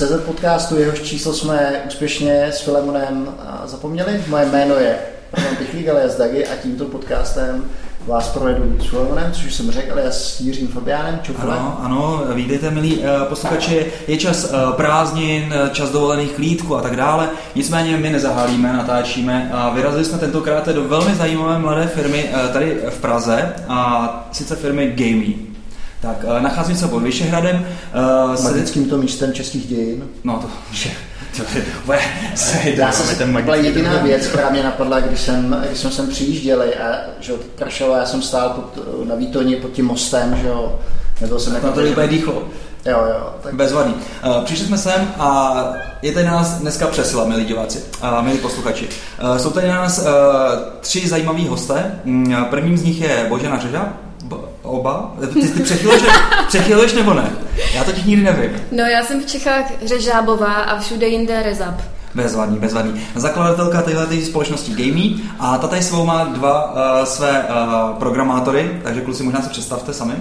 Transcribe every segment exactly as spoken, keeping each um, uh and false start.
C Z podcastu, jehož číslo jsme úspěšně s Filemonem zapomněli. Moje jméno je Roman Pichlík alias Dagi a tímto podcastem vás provedu s Filemonem, což už jsem řekl, alias s Jiřím Fabiánem. Čufle. Ano, ano, vítejte milí uh, posluchači, je čas uh, prázdnin, čas dovolených klídků a tak dále, nicméně my nezahálíme, natáčíme a vyrazili jsme tentokrát do velmi zajímavé mladé firmy uh, tady v Praze, a sice firmy Gamey. Tak, uh, nacházím se pod Vyšehradem. Uh, Magickým to místem českých dějin. No to, že... To je, Já jsem, to byla jediná věc, která mě napadla, když jsem, když jsem sem přijížděl a že to pršelo, já jsem stál pod, na Výtoni pod tím mostem, že jo, nebyl jsem... To tady úplně dýchlo. Jo, jo. Tak... Bezvadný. Uh, přišli jsme sem a je tady nás dneska přesila, milí diváci, uh, milí posluchači. Uh, jsou tady nás uh, tři zajímaví hosté. Uh, prvním z nich je Božena Řeža. Oba? Ty, ty přechyluješ, ne, přechyluješ nebo ne? Já to těch nikdy nevím. No já jsem v Čechách Řežábová a všude jinde Rezab. Bezvadný, bezvadný. Zakladatelka téhle společnosti Gamey a ta tady svou má dva uh, své uh, programátory, takže kluci možná se představte sami.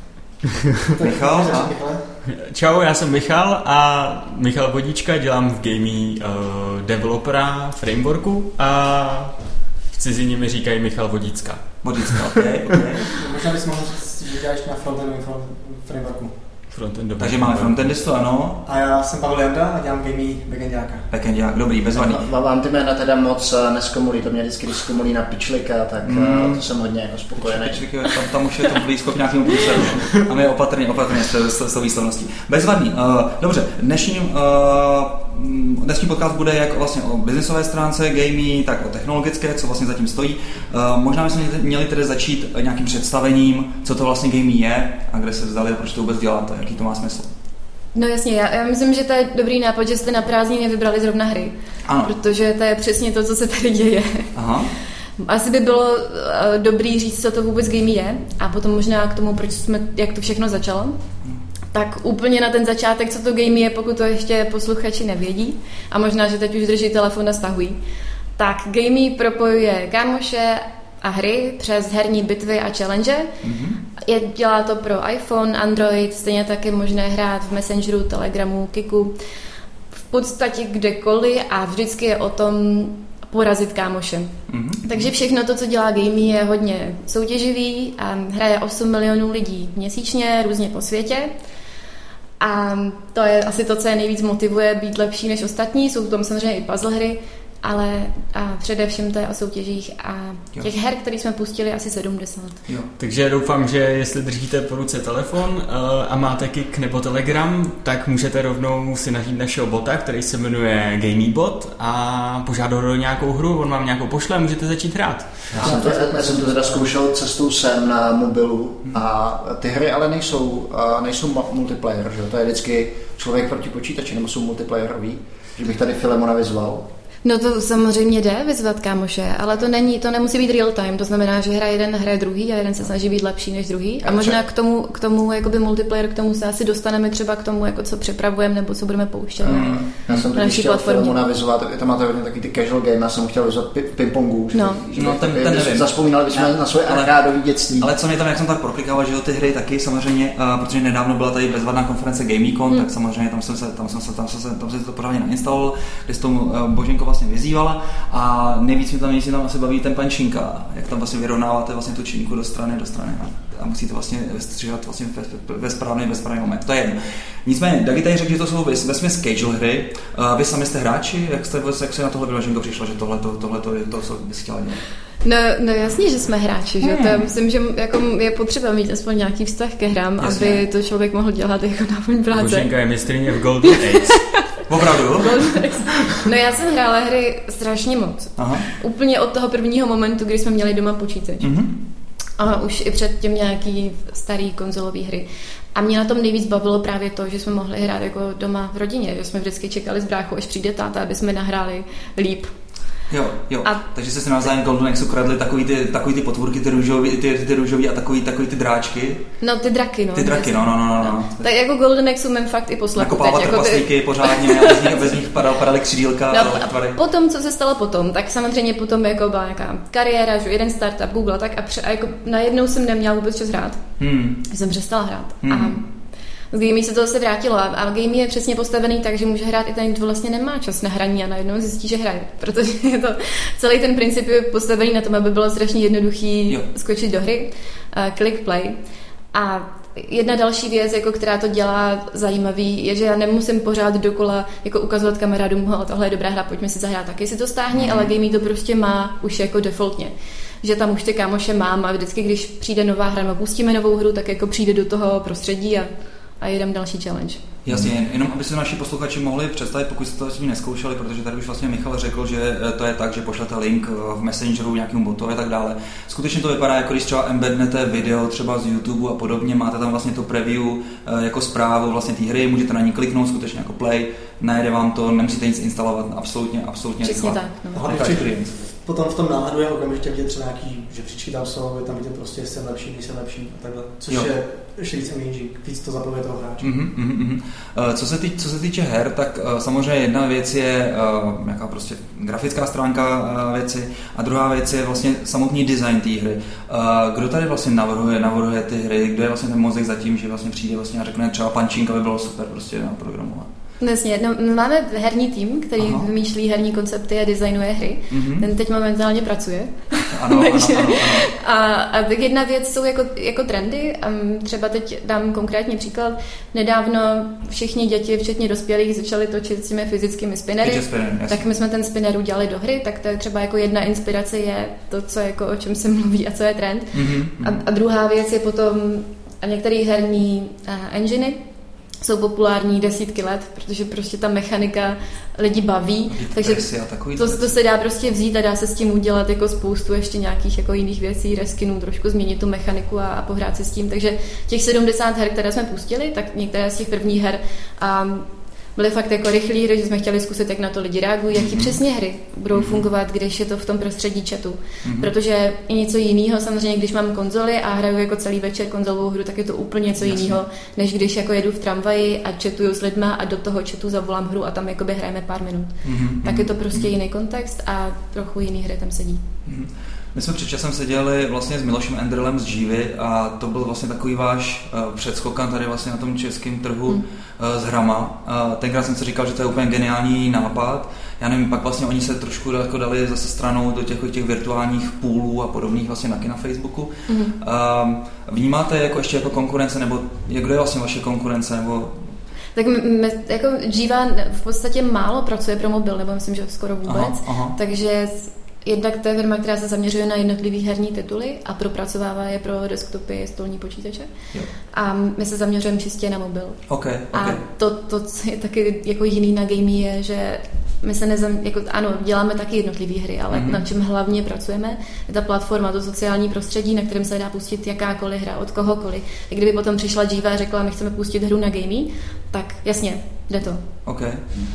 Michal a... Čau, já jsem Michal a Michal Vodíčka, dělám v Gamey uh, developera frameworku a v cizině mi říkají Michal Vodícka. Vodícka, ok, ok. Možná bys mohl říct, že děláš na frontendovém frameworku. Frontendový. Takže máme frontendistu, ano. A já jsem Pavel Janda a dělám Gamey backendáka. Backendák, dobrý, bezvadný. Vám ty jména teda moc neskomulí, to mě vždycky, když zkomulí na pičlika, tak mm. to jsem hodně jako spokojený. Pičliky, tam, tam už je to blízko k nějakému průsadu a my opatrně, opatrně s tou výslovností. Bezvadný, uh, dobře, dnešní, uh, dnešní podcast bude jak vlastně o biznisové stránce Gamey, tak o technologické, co vlastně zatím stojí. Uh, možná bychom měli tedy začít nějakým představením, co to vlastně Gamey je a kde se vzdali a proč to vůbec děláte, jaký to má smysl. No jasně, já, já myslím, že to je dobrý nápad, že jste na prázdniny vybrali zrovna hry, ano. Protože to je přesně to, co se tady děje. Aha. Asi by bylo uh, dobrý říct, co to vůbec Gamey je a potom možná k tomu, proč jsme, jak to všechno začalo. Hmm. Tak úplně na ten začátek, co to Gamey je, pokud to ještě posluchači nevědí a možná, že teď už drží telefon a stahují. Tak Gamey propojuje kámoše a hry přes herní bitvy a challenge. Mm-hmm. Je, dělá to pro iPhone, Android, stejně tak je možné hrát v Messengeru, Telegramu, Kiku, v podstatě kdekoliv a vždycky je o tom porazit kámoše. Mm-hmm. Takže všechno to, co dělá Gamey, je hodně soutěživý a hraje osm milionů lidí měsíčně, různě po světě. A to je asi to, co je nejvíc motivuje být lepší než ostatní. Jsou tam samozřejmě i puzzle hry, ale a především to je o soutěžích a těch jo. her, které jsme pustili, asi sedmdesát. Jo. Takže doufám, že jestli držíte po ruce telefon uh, a máte Kik nebo Telegram, tak můžete rovnou si najít našeho bota, který se jmenuje GameyBot a požádat do nějakou hru, on vám nějakou pošle a můžete začít hrát. Já jsem to, já jsem to teda zkoušel cestou sem na mobilu a ty hry ale nejsou, nejsou multiplayer, že? To je vždycky člověk proti počítači, nebo jsou multiplayerový, že bych tady Filemona vyzval. No to samozřejmě jde vyzvat kámoše, ale to není, to nemusí být real time, to znamená, že hraje jeden, hraje druhý a jeden se snaží být lepší než druhý a možná k tomu, k tomu jakoby multiplayer, k tomu se asi dostaneme třeba k tomu, jako co připravujeme nebo co budeme pouštět mm. Já jsem na naší chtěl platformě. Filemona vyzvat, tam máte hodně taky ty casual game, já jsem chtěl vyzvat ping-pongu, no. že, no, ten, ten nevím. Zaspomínali bychom na svoje arcádové dětství. Ale co mě tam, jak jsem tak proklikával, že ty hry taky samozřejmě, uh, protože nedávno byla tady bezvadná konference GameyCon, mm. tak samozřejmě tam jsem se, tam jsem se, tam jsem se, tam jsem se to pořádně nainstaloval, kde s tomu uh, Boženko vlastně vyzývala. A nejvíc mi tam, nejvíc mi tam asi baví ten pan Činka, jak tam vlastně vyrovnáváte vlastně tu činku do strany, do strany a, a musíte vlastně stříhat vlastně ve, ve správný, ve správný moment. To je jedno. Nicméně, Dagi tady řekl, že to jsou vesměs casual hry. Uh, vy sami jste hráči, jak jste, jak se na tohle Boženko přišlo, že tohle to, tohle to je to, co bys chtěla dělat? No, no jasně, že jsme hráči, že? Hmm. To já myslím, že jako je potřeba mít aspoň nějaký vztah ke hrám, jasně. Aby to člověk mohl dělat jako náplň práce. Boženka je mistryně v Golden Axe. Opravdu? No já jsem hrála hry strašně moc. Aha. Úplně od toho prvního momentu, kdy jsme měli doma počítač. Mm-hmm. A už i předtím nějaký starý konzolový hry. A mě na tom nejvíc bavilo právě to, že jsme mohli hrát jako doma v rodině, že jsme vždycky čekali s bráchou, až přijde táta, aby jsme nahráli líp. Jo, jo. A takže jste si navzájem Golden Axe ukradli takový ty, takový ty potvůrky, ty růžový, ty, ty růžový a takový, takový ty dráčky. No, ty draky, no. Ty draky, no, no, no, no. no. Tak jako Golden Axe umím fakt i poslat. Nakopávat trpaslíky ty... pořádně, a bez nich, bez nich padal, padaly křídílka no, a tvary. Potom, co se stalo potom, tak samozřejmě potom jako byla nějaká kariéra, že jeden startup, Google, tak a, pře- a jako najednou jsem neměla vůbec čas hrát. Hmm. Jsem přestala hrát. Hmm. A Z Gamey se to zase vrátilo a Gamey je přesně postavený tak, že může hrát i ten, kdo vlastně nemá čas na hraní a najednou zjistí, že hraje. Protože je to, celý ten princip je postavený na tom, aby bylo strašně jednoduchý jo. skočit do hry, uh, click play. A jedna další věc, jako která to dělá zajímavý, je, že já nemusím pořád dokola jako ukazovat kamarádům, ale tohle je dobrá hra, pojďme si zahrát, taky si to stáhni, mm. ale Gamey to prostě má už jako defaultně. Že tam už ty kámoše mám a vždycky, když přijde nová hra, nebo pustíme novou hru, tak jako přijde do toho prostředí a, a jedem další challenge. Jasně, jenom aby se naši posluchači mohli představit, pokud jste to s tím neskoušeli, protože tady už vlastně Michal řekl, že to je tak, že pošlete link v Messengeru nějakému botu a tak dále. Skutečně to vypadá, jako když třeba embednete video třeba z YouTube a podobně, máte tam vlastně to preview jako zprávu vlastně té hry, můžete na ní kliknout skutečně jako play, najde vám to, nemusíte nic instalovat, absolutně, absolutně. Přesně tak. No. Potom v tom náhledu je okamžitě vidět třeba nějaký žebříčky tam jsou, je tam vidět prostě, jestli jsem lepší, když jsem lepší a takhle, což jo. je ještě víc engaging, víc to zapojuje toho hráče. Mm-hmm, mm-hmm. Co se, tý, co se týče her, tak uh, samozřejmě jedna věc je uh, nějaká prostě grafická stránka uh, věci a druhá věc je vlastně samotný design té hry. Uh, kdo tady vlastně navrhuje, navrhuje ty hry, kdo je vlastně ten mozek za tím, že vlastně přijde vlastně a řekne třeba Punching, aby bylo super prostě naprogramovat. Jasně, no, máme herní tým, který Aha. vymýšlí herní koncepty a designuje hry. Mm-hmm. Ten teď momentálně pracuje. Ano, Takže, ano, ano, ano. A, a jedna věc jsou jako, jako trendy. Um, třeba teď dám konkrétní příklad. Nedávno všichni děti, včetně dospělých, začali točit s těmi fyzickými spinnery. Spinner, tak my jsme ten spinner udělali do hry, tak to je třeba jako jedna inspirace je to, co jako, o čem se mluví a co je trend. Mm-hmm. A, a druhá věc je potom některé herní uh, enginy, jsou populární desítky let, protože prostě ta mechanika lidi baví, takže to, to se dá prostě vzít a dá se s tím udělat jako spoustu ještě nějakých jako jiných věcí, reskinů, trošku změnit tu mechaniku a, a pohrát se s tím, takže těch sedmdesát her, které jsme pustili, tak některé z těch prvních her um, byly fakt jako rychlý hry, že jsme chtěli zkusit, jak na to lidi reagují, jaký mm-hmm. přesně hry budou mm-hmm. fungovat, když je to v tom prostředí chatu. Mm-hmm. Protože i něco jiného, samozřejmě, když mám konzoli a hraju jako celý večer konzolovou hru, tak je to úplně něco jiného, než když jako jedu v tramvaji a chatuju s lidma a do toho chatu zavolám hru a tam jakoby hrajeme pár minut. Mm-hmm. Tak je to prostě mm-hmm. jiný kontext a trochu jiný hry tam sedí. Mm-hmm. My jsme před časem seděli vlastně s Milošem Endrelem z Jivy a to byl vlastně takový váš uh, předskokan tady vlastně na tom českém trhu mm. uh, s hrama. Uh, tenkrát jsem si říkal, že to je úplně geniální nápad. Já nevím, pak vlastně oni se trošku jako dali zase stranou do těch, těch virtuálních půlů a podobných vlastně taky na Facebooku. Mm. Uh, vnímáte jako ještě jako konkurence, nebo kdo je vlastně vaše konkurence, nebo tak my, jako Jiva v podstatě málo pracuje pro mobil, nebo myslím, že skoro vůbec, aha, aha. takže jednak to je firma, která se zaměřuje na jednotlivý herní tituly a propracovává je pro desktopy, stolní počítače. Jo. A my se zaměřujeme čistě na mobil. Okay, okay. A to, to, co je taky jako jiný na Gamey, je, že my se nezam, jako, ano, děláme taky jednotlivé hry, ale mm-hmm. na čem hlavně pracujeme, je ta platforma, to sociální prostředí, na kterém se dá pustit jakákoliv hra od kohokoliv. I kdyby potom přišla Jiva a řekla, my chceme pustit hru na Gamey, tak jasně, jde to. Okay.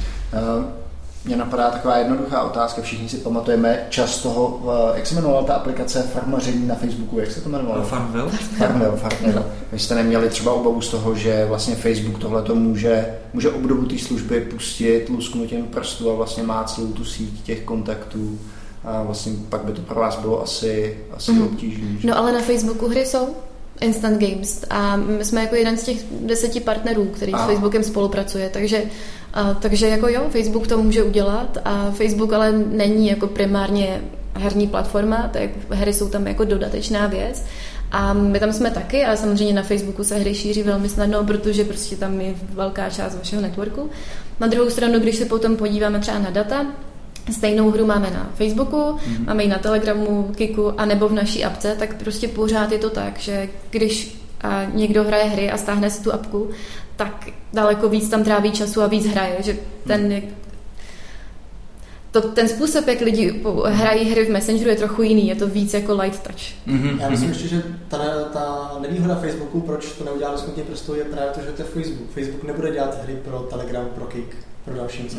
Uh, Mně napadá taková jednoduchá otázka, všichni si pamatujeme čas toho, jak se jmenovala ta aplikace farmaření na Facebooku, jak se to jmenovalo? Farmville? Farmville, Farmville. Vy jste neměli třeba obavu z toho, že vlastně Facebook tohleto může, může obdobu té služby pustit lusknutím prstu a vlastně má celou tu síť těch kontaktů a vlastně pak by to pro vás bylo asi, asi mm. obtížné. No ale na Facebooku hry jsou Instant Games a my jsme jako jeden z těch deseti partnerů, který a. s Facebookem spolupracuje, takže A, takže jako jo, Facebook to může udělat a Facebook ale není jako primárně herní platforma, tak hry jsou tam jako dodatečná věc a my tam jsme taky a samozřejmě na Facebooku se hry šíří velmi snadno, protože prostě tam je velká část vašeho networku. Na druhou stranu, když se potom podíváme třeba na data, stejnou hru máme na Facebooku, mm-hmm. máme ji na Telegramu, Kiku a nebo v naší apce, tak prostě pořád je to tak, že když a někdo hraje hry a stáhne si tu apku, tak daleko víc tam tráví času a víc hraje, že ten, to, ten způsob, jak lidi hrají hry v Messengeru je trochu jiný, je to víc jako light touch. Mm-hmm. Já myslím ještě, že ta, ta nevýhoda Facebooku, proč to neudělá lusknutím prstů, je právě to, že to je Facebook. Facebook nebude dělat hry pro Telegram, pro Kik, pro další messengery. Mm-hmm.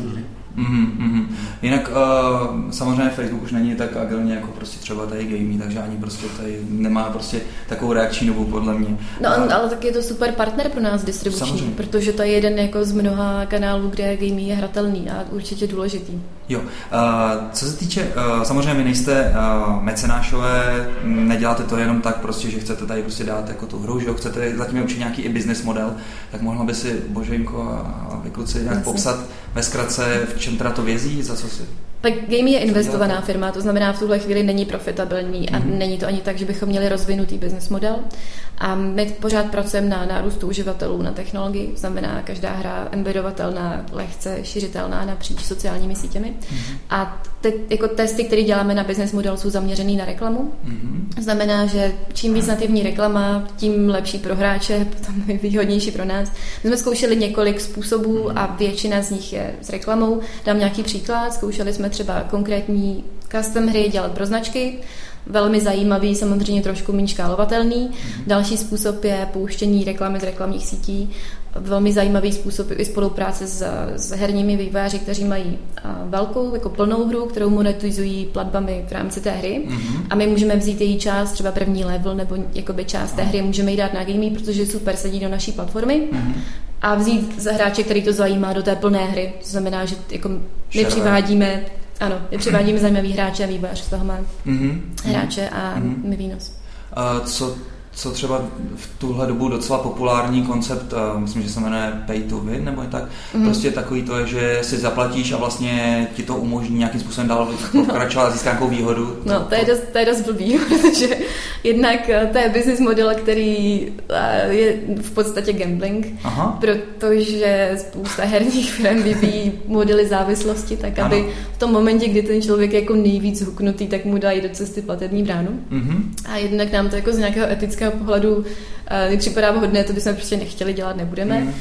Mm-hmm. Jinak uh, samozřejmě Facebook už není tak agilně jako prostě třeba tady gamey, takže ani prostě tady nemá prostě takovou reakční dobu podle mě. No uh, ale tak je to super partner pro nás distribuční, samozřejmě. Protože to je jeden jako z mnoha kanálů, kde gamey je hratelný a určitě důležitý. Jo, uh, co se týče, uh, samozřejmě vy nejste uh, mecenášové, neděláte to jenom tak prostě, že chcete tady prostě dát jako tu hru, že jo, chcete zatím určitě nějaký i business model, tak mohla by si Božejko a vy kluci nějak Jasně. popsat ve zkratce, v čem teda to vězí, za co si? Tak gamey je investovaná firma, to znamená v tuhle chvíli není profitabilní a mm-hmm. není to ani tak, že bychom měli rozvinutý business model. A my pořád pracujeme na nárůstu uživatelů na technologii, to znamená každá hra embedovatelná, lehce šiřitelná napříč sociálními sítěmi. Mm-hmm. A te, jako testy, které děláme na business model, jsou zaměřený na reklamu. Mm-hmm. Znamená, že čím víc nativní reklama, tím lepší pro hráče, potom je výhodnější pro nás. My jsme zkoušeli několik způsobů mm-hmm. a většina z nich je s reklamou. Dám nějaký příklad, zkoušeli jsme třeba konkrétní custom hry dělat pro značky, velmi zajímavý, samozřejmě trošku méně škálovatelný. Mm-hmm. Další způsob je pouštění reklamy z reklamních sítí. Velmi zajímavý způsob je i spolupráce s, s herními vývojáři, kteří mají velkou, jako plnou hru, kterou monetizují platbami v rámci té hry. Mm-hmm. A my můžeme vzít její část, třeba první level nebo jakoby část té hry, můžeme ji dát na gamey, protože super sedí do naší platformy. Mm-hmm. A vzít za hráče, který to zajímá, do té plné hry. To znamená, že jako my přivádíme, ano, my přivádíme zajímavý hráče a vývojář z toho má mm-hmm. hráče a mm-hmm. my výnos. Uh, co co třeba v tuhle dobu docela populární koncept, myslím, že se jmenuje pay to win, nebo tak, mm. prostě takový to je, že si zaplatíš a vlastně ti to umožní nějakým způsobem dál pokračovat a získat nějakou výhodu. No, to, to je dost, to je dost blbý, protože jednak to je business model, který je v podstatě gambling, Aha. protože spousta herních firm vyvíjí modely závislosti, tak aby ano. v tom momentě, kdy ten člověk je jako nejvíc huknutý, tak mu dají do cesty platební bránu. Mm-hmm. A jednak nám to jako z nějakého etického pohledu mi připadá vhodné, to bychom prostě nechtěli dělat, nebudeme. Mm.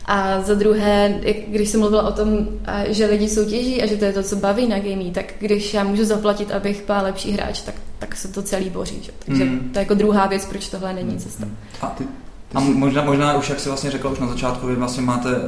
A za druhé, když jsem mluvila o tom, že lidi soutěží a že to je to, co baví na gamey, tak když já můžu zaplatit, abych byl lepší hráč, tak, tak se to celý boří. Že? Takže mm. to je jako druhá věc, proč tohle není cesta. A ty? A možná, možná už, jak jsi vlastně řekla už na začátku, vy vlastně máte uh,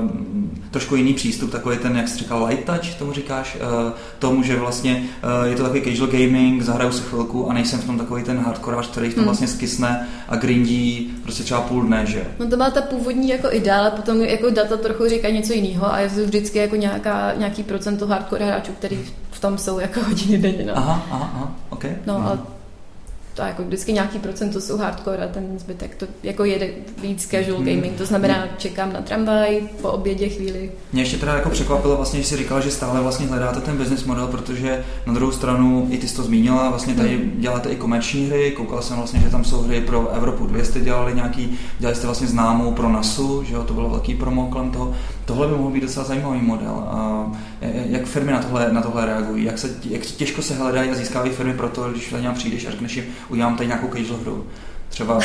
trošku jiný přístup, takový ten, jak jsi říkal, light touch, tomu říkáš, uh, tomu, že vlastně uh, je to takový casual gaming, zahraju si chvilku a nejsem v tom takový ten hardcoreář, který v tom hmm. vlastně skysne a grindí prostě třeba půl dne, že? No to byla ta původní jako ideál, a potom jako data trochu říkají něco jiného a je to vždycky jako nějaká, nějaký procento hardcore hráčů, který v tom jsou jako hodiny denně. No. Aha, aha, aha, ok. No, hmm. ale to jako vždycky nějaký procento jsou hardcore a ten zbytek to jako jede víc casual gaming, to znamená čekám na tramvaj po obědě chvíli. Mě ještě teda jako překvapilo vlastně, že jsi říkala, že stále vlastně hledáte ten business model, protože na druhou stranu i ty jsi to zmínila, vlastně tady děláte i komerční hry, koukal jsem vlastně, že tam jsou hry pro Evropu dvě, jste dělali nějaký, dělali jste vlastně známou pro nasu, že jo, to bylo velký promo kolem toho. Tohle by mohl být docela zajímavý model. A jak firmy na tohle, na tohle reagují? Jak, se, jak těžko se hledají a získávají firmy pro to, když na něm přijdeš a řekneš jim, udělám tady nějakou casual hru? Třeba.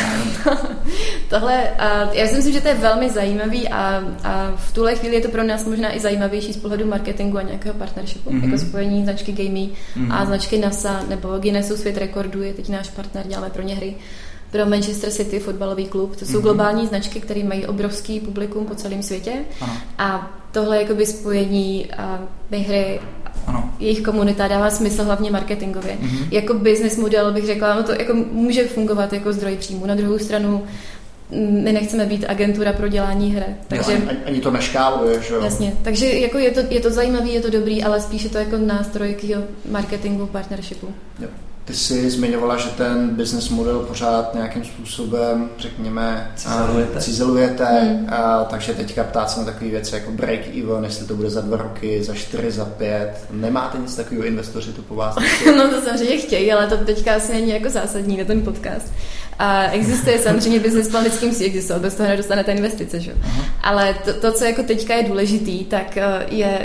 Tohle, a já si myslím, že to je velmi zajímavý a, a v tuhle chvíli je to pro nás možná i zajímavější z pohledu marketingu a nějakého partnershipu, mm-hmm. jako spojení značky gamey mm-hmm. a značky NASA nebo Guinnessu svět rekordů, je teď náš partner, děláme pro ně hry. Pro Manchester City fotbalový klub. To jsou mm-hmm. globální značky, které mají obrovský publikum po celém světě. Ano. A tohle jakoby spojení a hry, ano. jejich komunita dává smysl hlavně marketingově. Mm-hmm. Jako business model bych řekla, no to jako může fungovat jako zdroj příjmu. Na druhou stranu my nechceme být agentura pro dělání hry. Takže, jo, ani, ani to neškáluje, že jo? Jasně. Takže jako je to, je to zajímavý, je to dobrý, ale spíš je to jako nástroj k marketingu, partnershipu. Jo. Ty jsi zmiňovala, že ten business model pořád nějakým způsobem, řekněme, cizelujete, cizelujete hmm. a, takže teďka ptát se na takové věci jako break even, jestli to bude za dva roky, za čtyři, za pět. Nemáte nic takového, investoři to po vás nechtějí? No to samozřejmě chtějí, ale to teďka asi není jako zásadní na ten podcast. A existuje samozřejmě business plan, vždycky musí existovat, bez toho nedostanete investice, že? Uh-huh. Ale to, to, co jako teďka je důležitý, tak je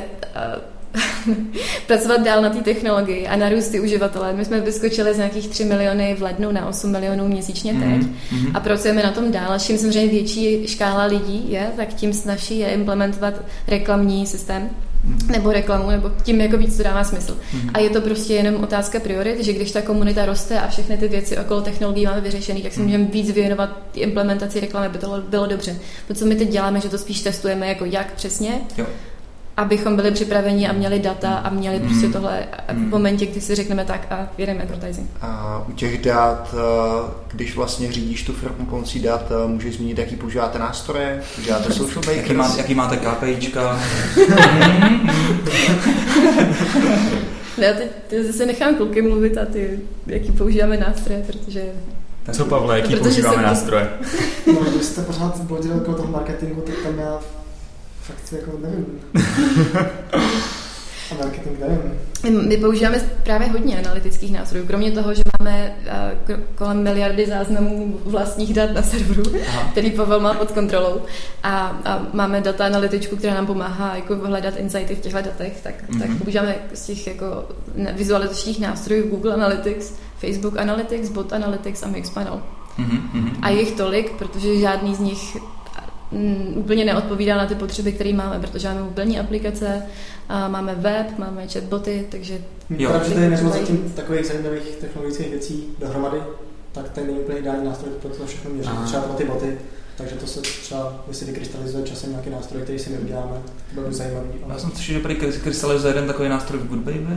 pracovat dál na té technologii a narůst ty uživatelé. My jsme vyskočili z nějakých tři miliony v lednu na osm milionů měsíčně teď mm-hmm. a pracujeme na tom dál. A čím samozřejmě větší škála lidí je, tak tím snazší je implementovat reklamní systém mm-hmm. nebo reklamu, nebo tím jako víc to dává smysl. Mm-hmm. A je to prostě jenom otázka priorit, že když ta komunita roste a všechny ty věci okolo technologií máme vyřešený, tak se můžeme víc věnovat implementaci reklamy, aby to bylo dobře. To, co my teď děláme, že to spíš testujeme jako jak přesně, jo. abychom byli připraveni a měli data a měli mm. prostě tohle v momentě, kdy si řekneme tak a jedeme advertising. A u těch dat, když vlastně řídíš tu firmu pomocí dat, můžeš zmínit, jaký používáte nástroje, používáte social bakers? Jaký, má, jaký máte KPIčka? Já teď, teď zase nechám kluky mluvit a ty, jaký používáme nástroje, protože... Co, Pavle, jaký používáme nástroje? No, když jste pořád blodili okolo toho marketingu, tak tam já fakt jako nevím. A marketing nevím. My používáme právě hodně analytických nástrojů, kromě toho, že máme kolem miliardy záznamů vlastních dat na serveru, aha, který Pavel má pod kontrolou a, a máme data analytičku, která nám pomáhá jako hledat insighty v těchto datech, tak, mm-hmm. tak používáme z těch jako vizualizačních nástrojů Google Analytics, Facebook Analytics, Bot Analytics a Mixpanel. Mm-hmm. A je jich tolik, protože žádný z nich m, úplně neodpovídá na ty potřeby, které máme, protože máme mobilní aplikace, a máme web, máme chatboty, takže... Jo, protože tady nebylo zatím takových zajímavých technologických věcí dohromady, tak ten není úplně ideální nástroj pro to všechno měřit, třeba pro ty boty. Takže to se třeba, jestli vykrystalizuje časem nějaký nástroj, který si neuděláme, to bylo zajímavý. Ale... Já jsem slyšel, že prý krystalizuje jeden takový nástroj v Good Baby.